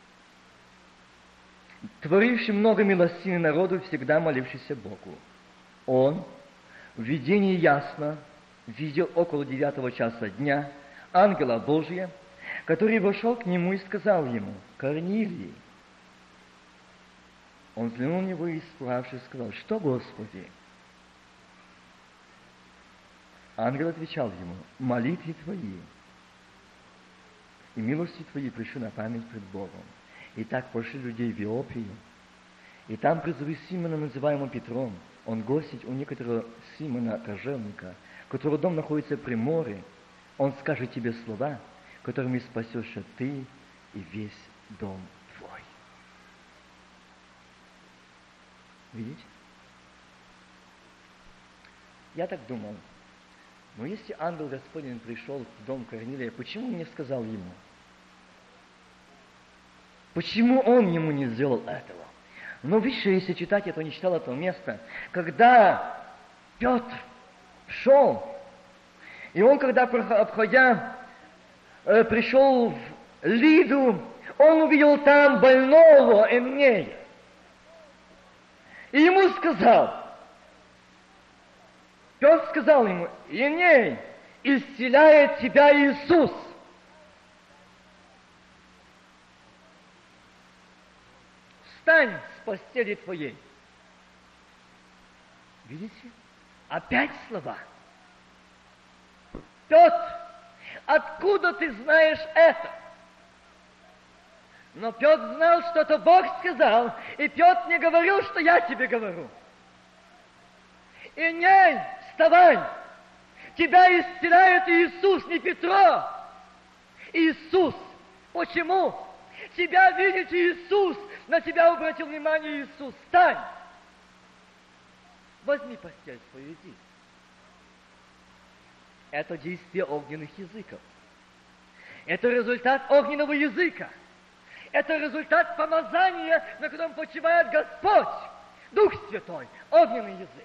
творивший много милостыни народу, всегда молившийся Богу. Он в видении ясно видел около девятого часа дня ангела Божия, который вошел к нему и сказал ему: «Корнилий». Он взглянул на него и, испугавшись, сказал: «Что, Господи?» Ангел отвечал ему: «Молитвы твои и милости твои пришлю на память пред Богом. И так пошли людей в Иопию, и там призови Симона, называемого Петром. Он гостит у некоторого Симона кожевника, которого дом находится при море. Он скажет тебе слова, которыми спасешься ты и весь дом твой». Видите? Я так думал, но если ангел Господень пришел в дом Корнилия, почему не сказал ему? Почему он ему не сделал этого? Но выше, если читать, я то не читал этого места, когда Петр шел, и он, когда, обходя, пришел в Лиду, он увидел там больного Энея. И ему сказал, Петр сказал ему: «Еней, исцеляет тебя Иисус». «Встань с постели твоей». Видите? Опять слова. Петр, откуда ты знаешь это? Но Петр знал, что это Бог сказал, и Петр не говорил, что я тебе говорю. «Еней, вставай! Тебя исцеляет Иисус, не Петро! Иисус! Почему? Тебя видит Иисус, на тебя обратил внимание Иисус. Встань! Возьми постель свою, иди». Это действие огненных языков. Это результат огненного языка. Это результат помазания, на котором почивает Господь, Дух Святой, огненный язык.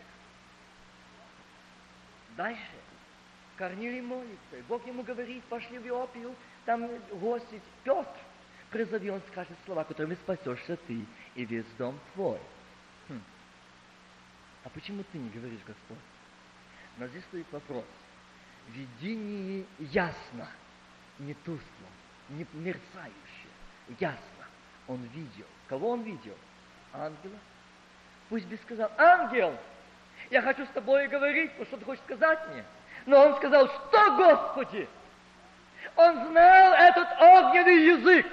Дальше Корнилий молится, и Бог ему говорит: «Пошли в Иопию, там гостить Петр. Призови, он скажет слова, которыми спасешься ты и весь дом твой». Хм. А почему ты не говоришь, Господь? Но здесь стоит вопрос. Видение ясно, не тускло, не мерцающее, ясно. Он видел. Кого он видел? Ангела. Пусть бы сказал: «Ангел, я хочу с тобой говорить, потому что ты хочешь сказать мне». Но он сказал: «Что, Господи?» Он знал этот огненный язык.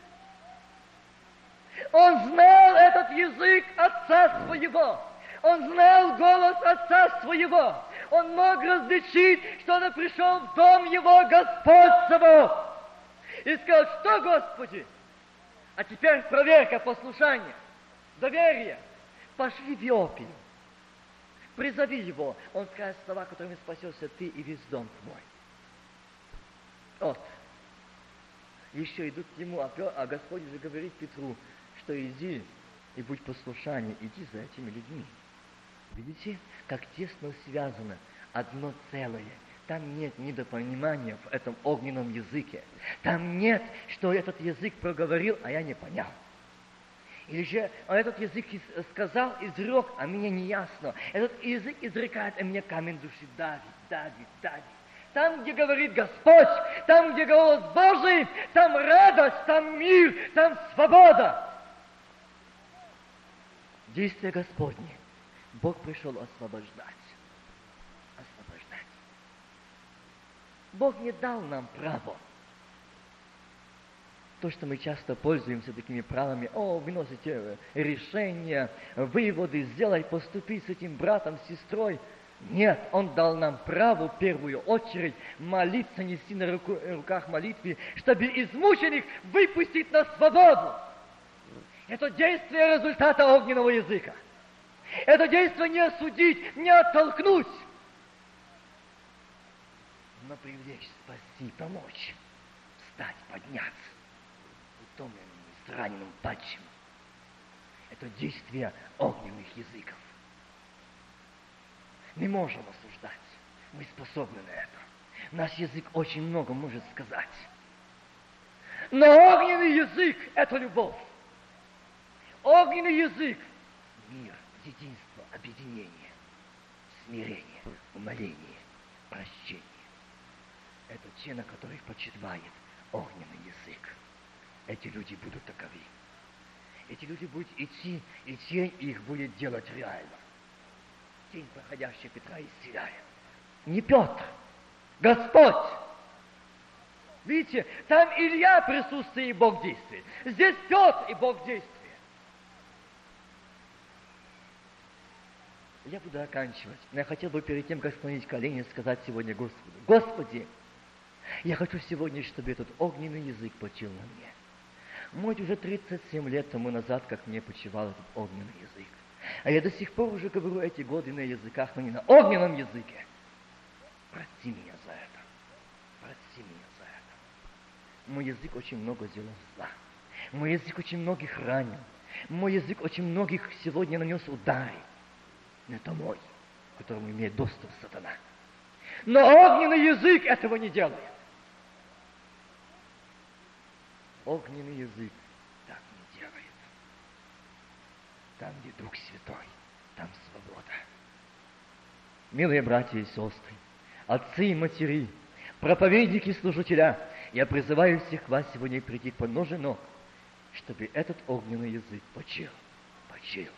Он знал этот язык Отца Своего. Он знал голос Отца Своего. Он мог различить, что он пришел в дом Его Господь Саваоф. И сказал: «Что, Господи?» А теперь проверка послушания, доверия. Пошли в Иопию. Призови его. Он скажет слова, которыми спасешься ты и весь дом твой. Вот. Еще идут к нему, а Господь же говорит Петру, что иди и будь послушанием, иди за этими людьми. Видите, как тесно связано одно целое. Там нет недопонимания в этом огненном языке. Там нет, что этот язык проговорил, а я не понял. Или же этот язык сказал, изрек, а мне не ясно. Этот язык изрекает, а мне камень души давит, давит, давит. Там, где говорит Господь, там, где голос Божий, там радость, там мир, там свобода. Действие Господне. Бог пришел освобождать. Освобождать. Бог не дал нам право. То, что мы часто пользуемся такими правами: о, выносите решения, выводы, сделай, поступить с этим братом, с сестрой. Нет, Он дал нам право в первую очередь молиться, нести на руку, руках молитвы, чтобы измученных выпустить на свободу. Это действие результата огненного языка. Это действие не осудить, не оттолкнуть, но привлечь, спасти, помочь, встать, подняться, утомленным, раненым, падшим. Это действие огненных языков. Мы можем осуждать, мы способны на это. Наш язык очень много может сказать. Но огненный язык – это любовь. Огненный язык – мир, единство, объединение, смирение, умоление, прощение. Это те, на которых почитает огненный язык. Эти люди будут таковы. Эти люди будут идти, и тень их будет делать реально. Тень, проходящая Петра, исцеляет. Не Петр, Господь. Видите, там Илья присутствует и Бог действует. Здесь Петр и Бог действует. Я буду оканчивать. Но я хотел бы перед тем, как склонить колени, сказать сегодня Господу: Господи, я хочу сегодня, чтобы этот огненный язык почил на мне. Может, уже тридцать семь лет тому назад, как мне почивал этот огненный язык. А я до сих пор уже говорю эти годы на языках, но не на огненном языке. Прости меня за это. Прости меня за это. Мой язык очень много делал зла. Мой язык очень многих ранил. Мой язык очень многих сегодня нанес удары. Но это мой, к которому имеет доступ сатана. Но огненный язык этого не делает. Огненный язык так не делает. Там, где Дух Святой, там свобода. Милые братья и сестры, отцы и матери, проповедники и служителя, я призываю всех вас сегодня прийти к подножию ног, чтобы этот огненный язык почил, почил.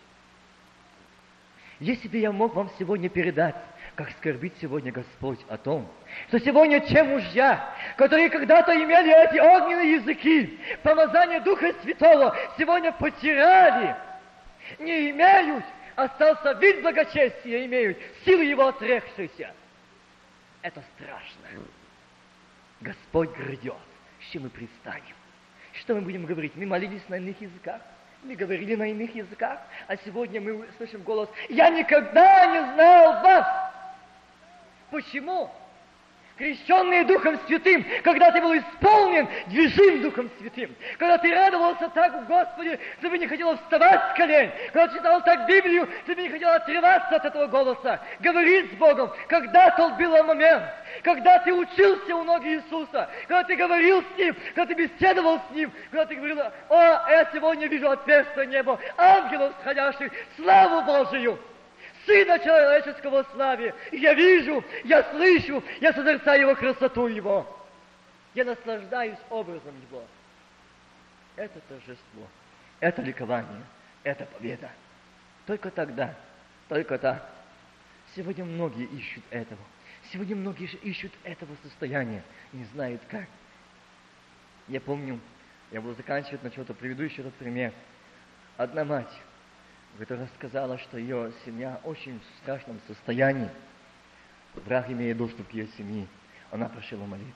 Если бы я мог вам сегодня передать, как скорбит сегодня Господь о том, что сегодня те мужья, которые когда-то имели эти огненные языки, помазание Духа Святого, сегодня потеряли, не имеют, остался вид благочестия, имеют силы его отрекшиеся. Это страшно. Господь грядет, с чем мы предстанем. Что мы будем говорить? Мы молились на иных языках, мы говорили на иных языках, а сегодня мы слышим голос: «Я никогда не знал вас!» Почему? Крещенный Духом Святым, когда ты был исполнен, движим Духом Святым, когда ты радовался так в Господе, что ты не хотел вставать с колен, когда читал так Библию, что ты не хотел отрываться от этого голоса, говорить с Богом, когда тот был момент, когда ты учился у ног Иисуса, когда ты говорил с Ним, когда ты беседовал с Ним, когда ты говорил: «О, я сегодня вижу отверстие неба, ангелов сходящих, славу Божию!» Сына человеческого славе. Я вижу, я слышу, я созерцаю Его красоту Его. Я наслаждаюсь образом Его. Это торжество, это ликование, это победа. Только тогда, только так. Сегодня многие ищут этого. Сегодня многие ищут этого состояния, не знают как. Я помню, я буду заканчивать на что-то, приведу еще этот пример. Одна мать, которая сказала, что ее семья очень в страшном состоянии. Враг имеет доступ к ее семье. Она просила молиться.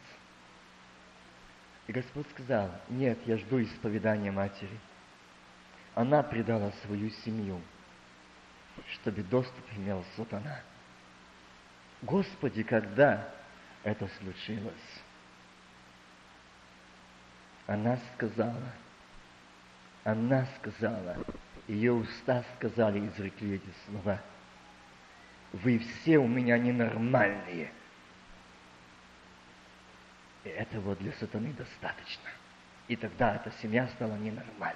И Господь сказал: нет, я жду исповедания матери. Она предала свою семью, чтобы доступ имел сатана. Господи, когда это случилось? Она сказала, она сказала, ее уста сказали, изрекли эти слова: вы все у меня ненормальные. И этого для сатаны достаточно. И тогда эта семья стала ненормальной.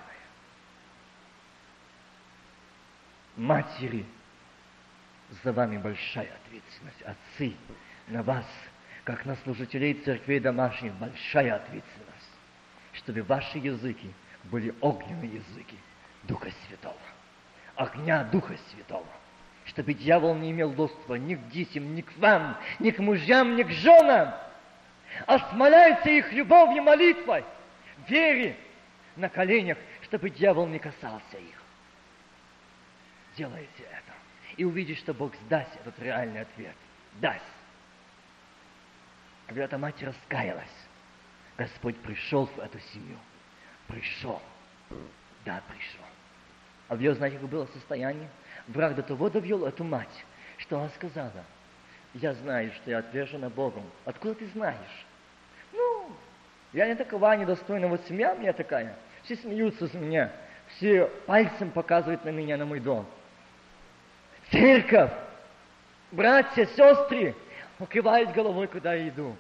Матери, за вами большая ответственность. Отцы, на вас, как на служителей церквей домашних, большая ответственность, чтобы ваши языки были огненные языки Духа Святого, огня Духа Святого, чтобы дьявол не имел доступа ни к детям, ни к вам, ни к мужьям, ни к женам. Осмоляйте их любовью, молитвой, вере, на коленях, чтобы дьявол не касался их. Делайте это, и увидите, что Бог даст этот реальный ответ. Даст. Когда эта мать раскаялась, Господь пришел в эту семью. Пришел. Да, пришел. А в ее, знаете, какое было состояние? Враг до того довел эту мать, что она сказала: я знаю, что я отвержена Богом. Откуда ты знаешь? Ну, я не такова, недостойна, вот семья у меня такая. Все смеются с меня, все пальцем показывают на меня, на мой дом. Церковь, братья, сестры, покивают головой, куда я иду.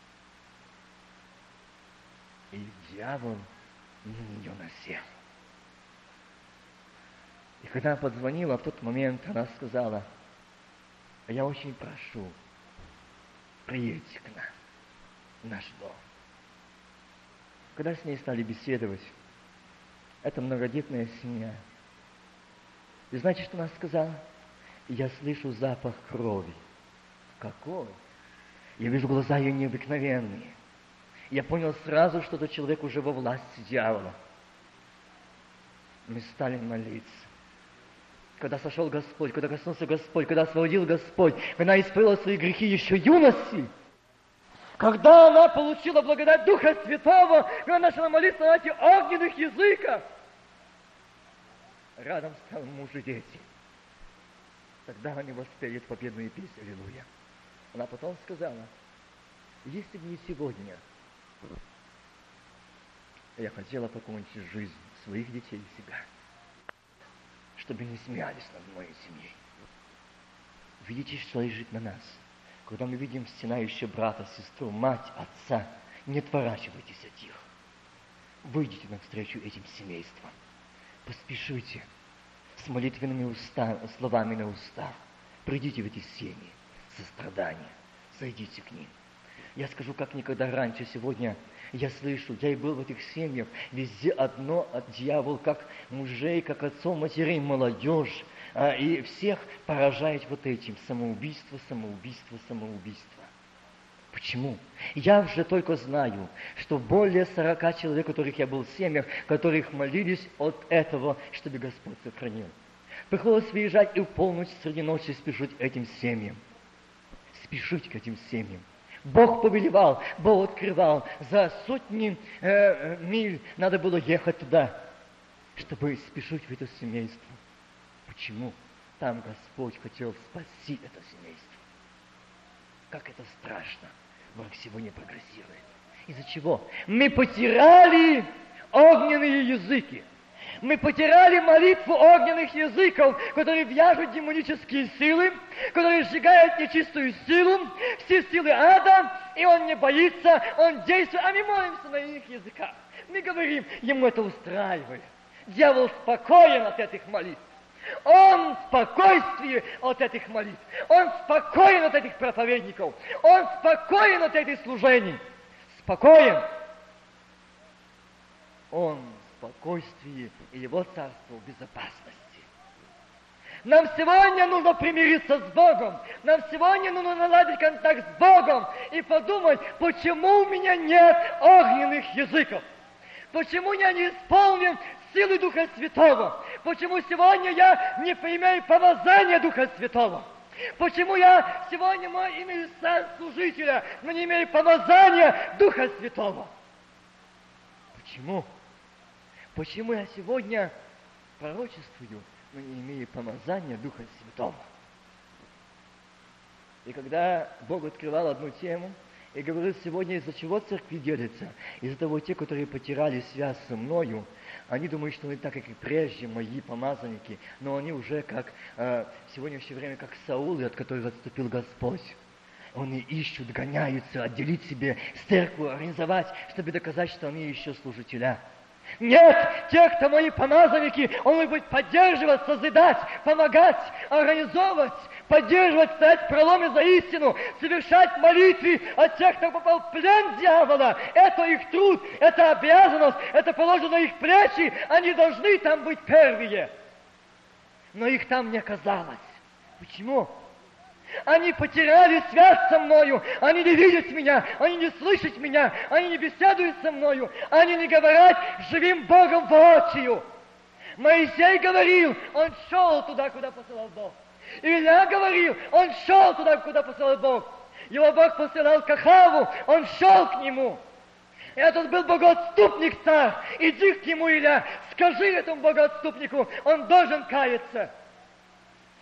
И дьявол на нее насел. И когда она позвонила, в тот момент она сказала: я очень прошу, приедьте к нам, в наш дом. Когда с ней стали беседовать, это многодетная семья. И знаете, что она сказала? Я слышу запах крови. Какой? Я вижу глаза ее необыкновенные. Я понял сразу, что этот человек уже во власти дьявола. Мы стали молиться. Когда сошел Господь, когда коснулся Господь, когда освободил Господь, когда она исправила свои грехи еще юности, когда она получила благодать Духа Святого, когда она начала молиться на этих огненных языках, рядом стал муж и дети. Тогда они воспели победную песню «Аллилуйя». Она потом сказала: если бы не сегодня, я хотела покончить жизнь своих детей и себя, чтобы не смеялись над моей семьей. Видите, что лежит на нас? Когда мы видим стенающего брата, сестру, мать, отца, не отворачивайтесь от них. Выйдите навстречу этим семействам. Поспешите с молитвенными уста, словами на устах. Придите в эти семьи, сострадание, зайдите к ним. Я скажу, как никогда раньше сегодня я слышу, я и был в этих семьях, везде одно от дьявол, как мужей, как отцов, матерей, молодежь, а, и всех поражает вот этим: самоубийство, самоубийство, самоубийство. Почему? Я уже только знаю, что более сорока человек, которых я был в семьях, которых молились от этого, чтобы Господь сохранил. Приходилось выезжать и в полночь среди ночи спешить этим семьям. Спешить к этим семьям. Бог повелевал, Бог открывал. За сотни э, миль надо было ехать туда, чтобы спешить в это семейство. Почему? Там Господь хотел спасти это семейство. Как это страшно. Враг сегодня прогрессирует. Из-за чего? Мы потеряли огненные языки. Мы потеряли молитву огненных языков, которые вяжут демонические силы, которые сжигают нечистую силу, все силы ада, и он не боится, он действует, а мы молимся на их языках. Мы говорим, ему это устраивает. Дьявол спокоен от этих молитв. Он в спокойствии от этих молитв. Он спокоен от этих проповедников. Он спокоен от этих служений. Спокоен. Он в спокойствии, и его царство в безопасности. Нам сегодня нужно примириться с Богом. Нам сегодня нужно наладить контакт с Богом и подумать, почему у меня нет огненных языков. Почему я не исполнен силы Духа Святого? Почему сегодня я не имею помазания Духа Святого? Почему я сегодня имею сан служителя, но не имею помазания Духа Святого? Почему? Почему я сегодня пророчествую, но не имею помазания Духа Святого? И когда Бог открывал одну тему, и говорил сегодня, из-за чего церкви делятся, из-за того, те, которые потеряли связь со мною, они думают, что они так, как и прежде, мои помазанники, но они уже как э, в сегодняшнее время, как Саул, от которых отступил Господь. Они ищут, гоняются, отделить себе церковь, организовать, чтобы доказать, что они еще служителя. Нет, те, кто мои помазанники, он может быть поддерживать, созидать, помогать, организовывать, поддерживать, стоять в проломе за истину, совершать молитвы от тех, кто попал в плен дьявола. Это их труд, это обязанность, это положено на их плечи. Они должны там быть первые. Но их там не оказалось. Почему? Они потеряли связь со мною, они не видят меня, они не слышат меня, они не беседуют со мною, они не говорят живым Богом воочию. Моисей говорил, он шел туда, куда посылал Бог. Илья говорил, он шел туда, куда посылал Бог. Его Бог посылал к Ахаву, он шел к нему. Этот был богоотступник царь. Иди к нему, Илья, скажи этому богоотступнику, он должен каяться.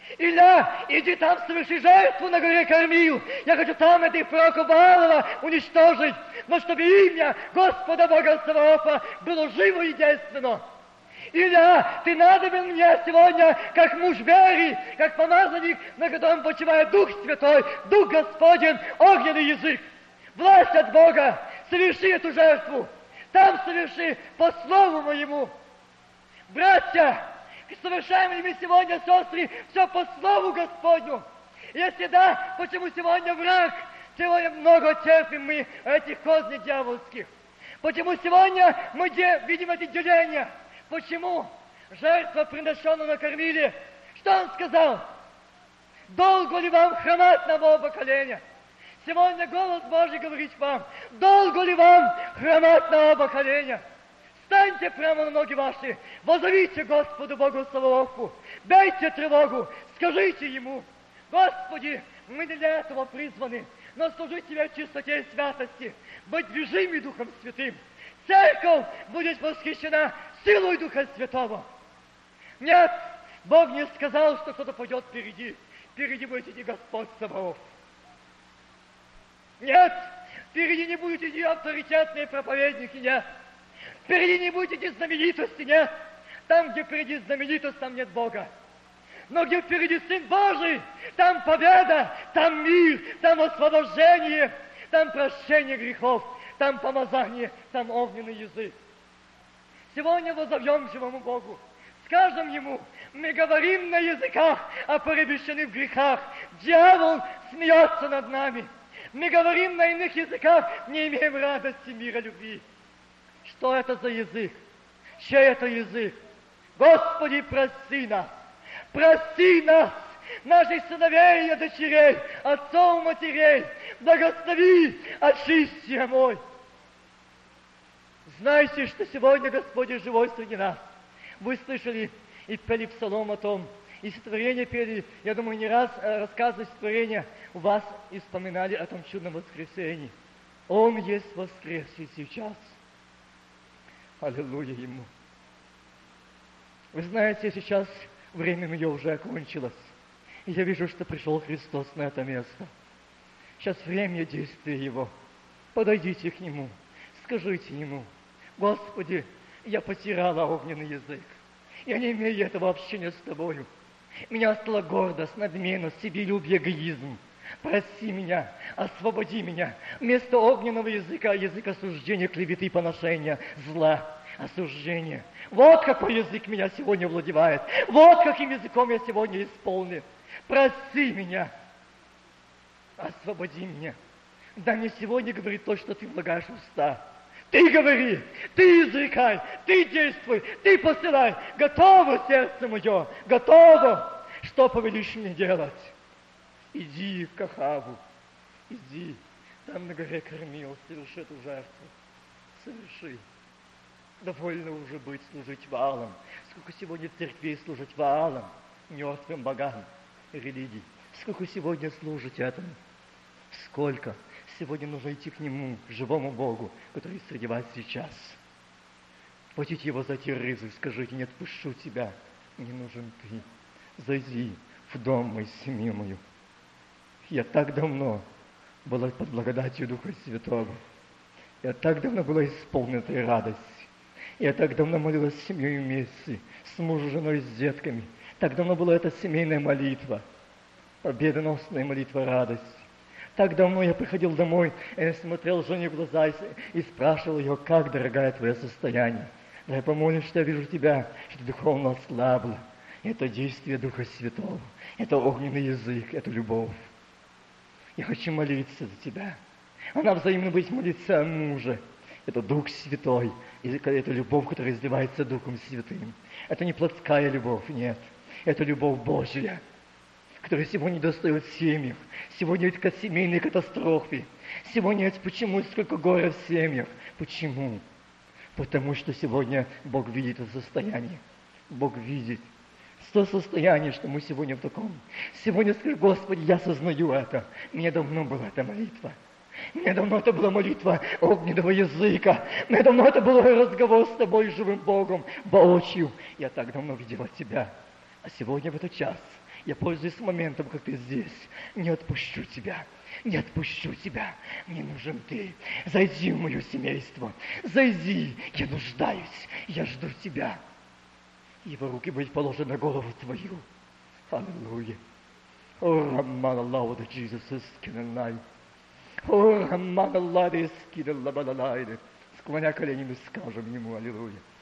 Илья, иди там соверши жертву на горе Кормил. Я хочу там этих пророков Баалова уничтожить, но чтобы имя Господа Бога Саваофа было живо и действенно. Илья, ты надобен мне сегодня, как муж веры, как помазанник, на котором почивает Дух Святой, Дух Господень, огненный язык. Власть от Бога, соверши эту жертву. Там соверши по слову моему. Братья, совершаем ли мы сегодня, сестры, все по слову Господню? Если да, почему сегодня враг? Сегодня много терпим мы этих козней дьявольских. Почему сегодня мы де- видим эти деления? Почему? Жертва, приношенная на Кормиле. Что он сказал? Долго ли вам хромать на оба коленя? Сегодня голос Божий говорит вам, долго ли вам хромать на оба коленя? Встаньте прямо на ноги ваши, воззовите Господу Богу Саваофу, дайте тревогу, скажите Ему, Господи, мы не для этого призваны, но служить Тебе в чистоте и святости, быть движимы Духом Святым. Церковь будет восхищена силой Духа Святого. Нет, Бог не сказал, что кто-то пойдет впереди. Впереди будет идти Господь Саваоф. Нет, впереди не будет идти авторитетные проповедники, нет. Впереди не будет идти знаменитости, нет. Там, где впереди знаменитость, там нет Бога. Но где впереди Сын Божий, там победа, там мир, там освобождение, там прощение грехов, там помазание, там огненный язык. Сегодня возовьем живому Богу, скажем Ему, мы говорим на языках, а порабощены в грехах. Дьявол смеется над нами. Мы говорим на иных языках, не имеем радости, мира, любви. Что это за язык? Чей это язык? Господи, прости нас! Прости нас, наших сыновей и дочерей, отцов и матерей, благослови, очисти, мой. Знайте, что сегодня Господь живой среди нас. Вы слышали и пели псалом о том, и стихотворение пели, я думаю, не раз рассказывали стихотворения у вас и вспоминали о том чудном воскресении. Он есть воскрес и сейчас. Аллилуйя Ему. Вы знаете, сейчас время мое уже окончилось. И я вижу, что пришел Христос на это место. Сейчас время действия Его. Подойдите к Нему, скажите Ему, Господи, я потеряла огненный язык. Я не имею этого общения с Тобою. Меня стала гордость, надменность, себелюбие, эгоизм. Прости меня, освободи меня. Вместо огненного языка, язык осуждения, клеветы, поношения, зла, осуждения. Вот какой язык меня сегодня владевает. Вот каким языком я сегодня исполнен. Прости меня. Освободи меня. Да мне сегодня говорит то, что ты влагаешь в уста. Ты говори, ты изрекай, ты действуй, ты посылай. Готово сердце мое, готово. Что повелишь мне делать? Иди в Кахаву, иди, там на горе Кормил, соверши эту жертву. Соверши. Довольно уже быть, служить Ваалам. Сколько сегодня церквей служить Ваалам, мертвым богам, религий. Сколько сегодня служить этому? Сколько? Сегодня нужно идти к Нему, к живому Богу, который среди вас сейчас. Хватите Его за те рызы, скажите, не отпущу Тебя, мне нужен Ты. Зайди в дом мой, семью мою. Я так давно была под благодатью Духа Святого. Я так давно была исполнена этой радости. Я так давно молилась с семьей вместе, с мужем, женой, с детками. Так давно была эта семейная молитва, победоносная молитва радости. Так давно я приходил домой, и я смотрел жене в глаза и, и спрашивал ее, как, дорогая, твое состояние. Дай помолюсь, что я вижу тебя, что ты духовно ослабла. Это действие Духа Святого, это огненный язык, это любовь. Я хочу молиться за тебя. Она взаимно будет молиться о муже. Это Дух Святой, и это любовь, которая изливается Духом Святым. Это не плотская любовь, нет. Это любовь Божья, которая сегодня достает в семьях. Сегодня ведь семейные катастрофы. Сегодня ведь почему сколько горя в семьях? Почему? Потому что сегодня Бог видит это состояние. Бог видит то состояние, что мы сегодня в таком. Сегодня скажи, Господи, я сознаю это. Мне давно была эта молитва. Мне давно это была молитва огненного языка. Мне давно это был разговор с Тобой, живым Богом, воочию. Я так давно видела Тебя. А сегодня в этот час Я пользуюсь моментом, как ты здесь. Не отпущу тебя. Не отпущу тебя. Мне нужен ты. Зайди в мое семейство. Зайди. Я нуждаюсь. Я жду тебя. Его руки быть положены на голову твою. Аллилуйя. О, Раман Аллаху, да Иисус искиненай. О, Раман Аллаху, да искинен лабалалайны. Склоня колени, мы скажем ему аллилуйя.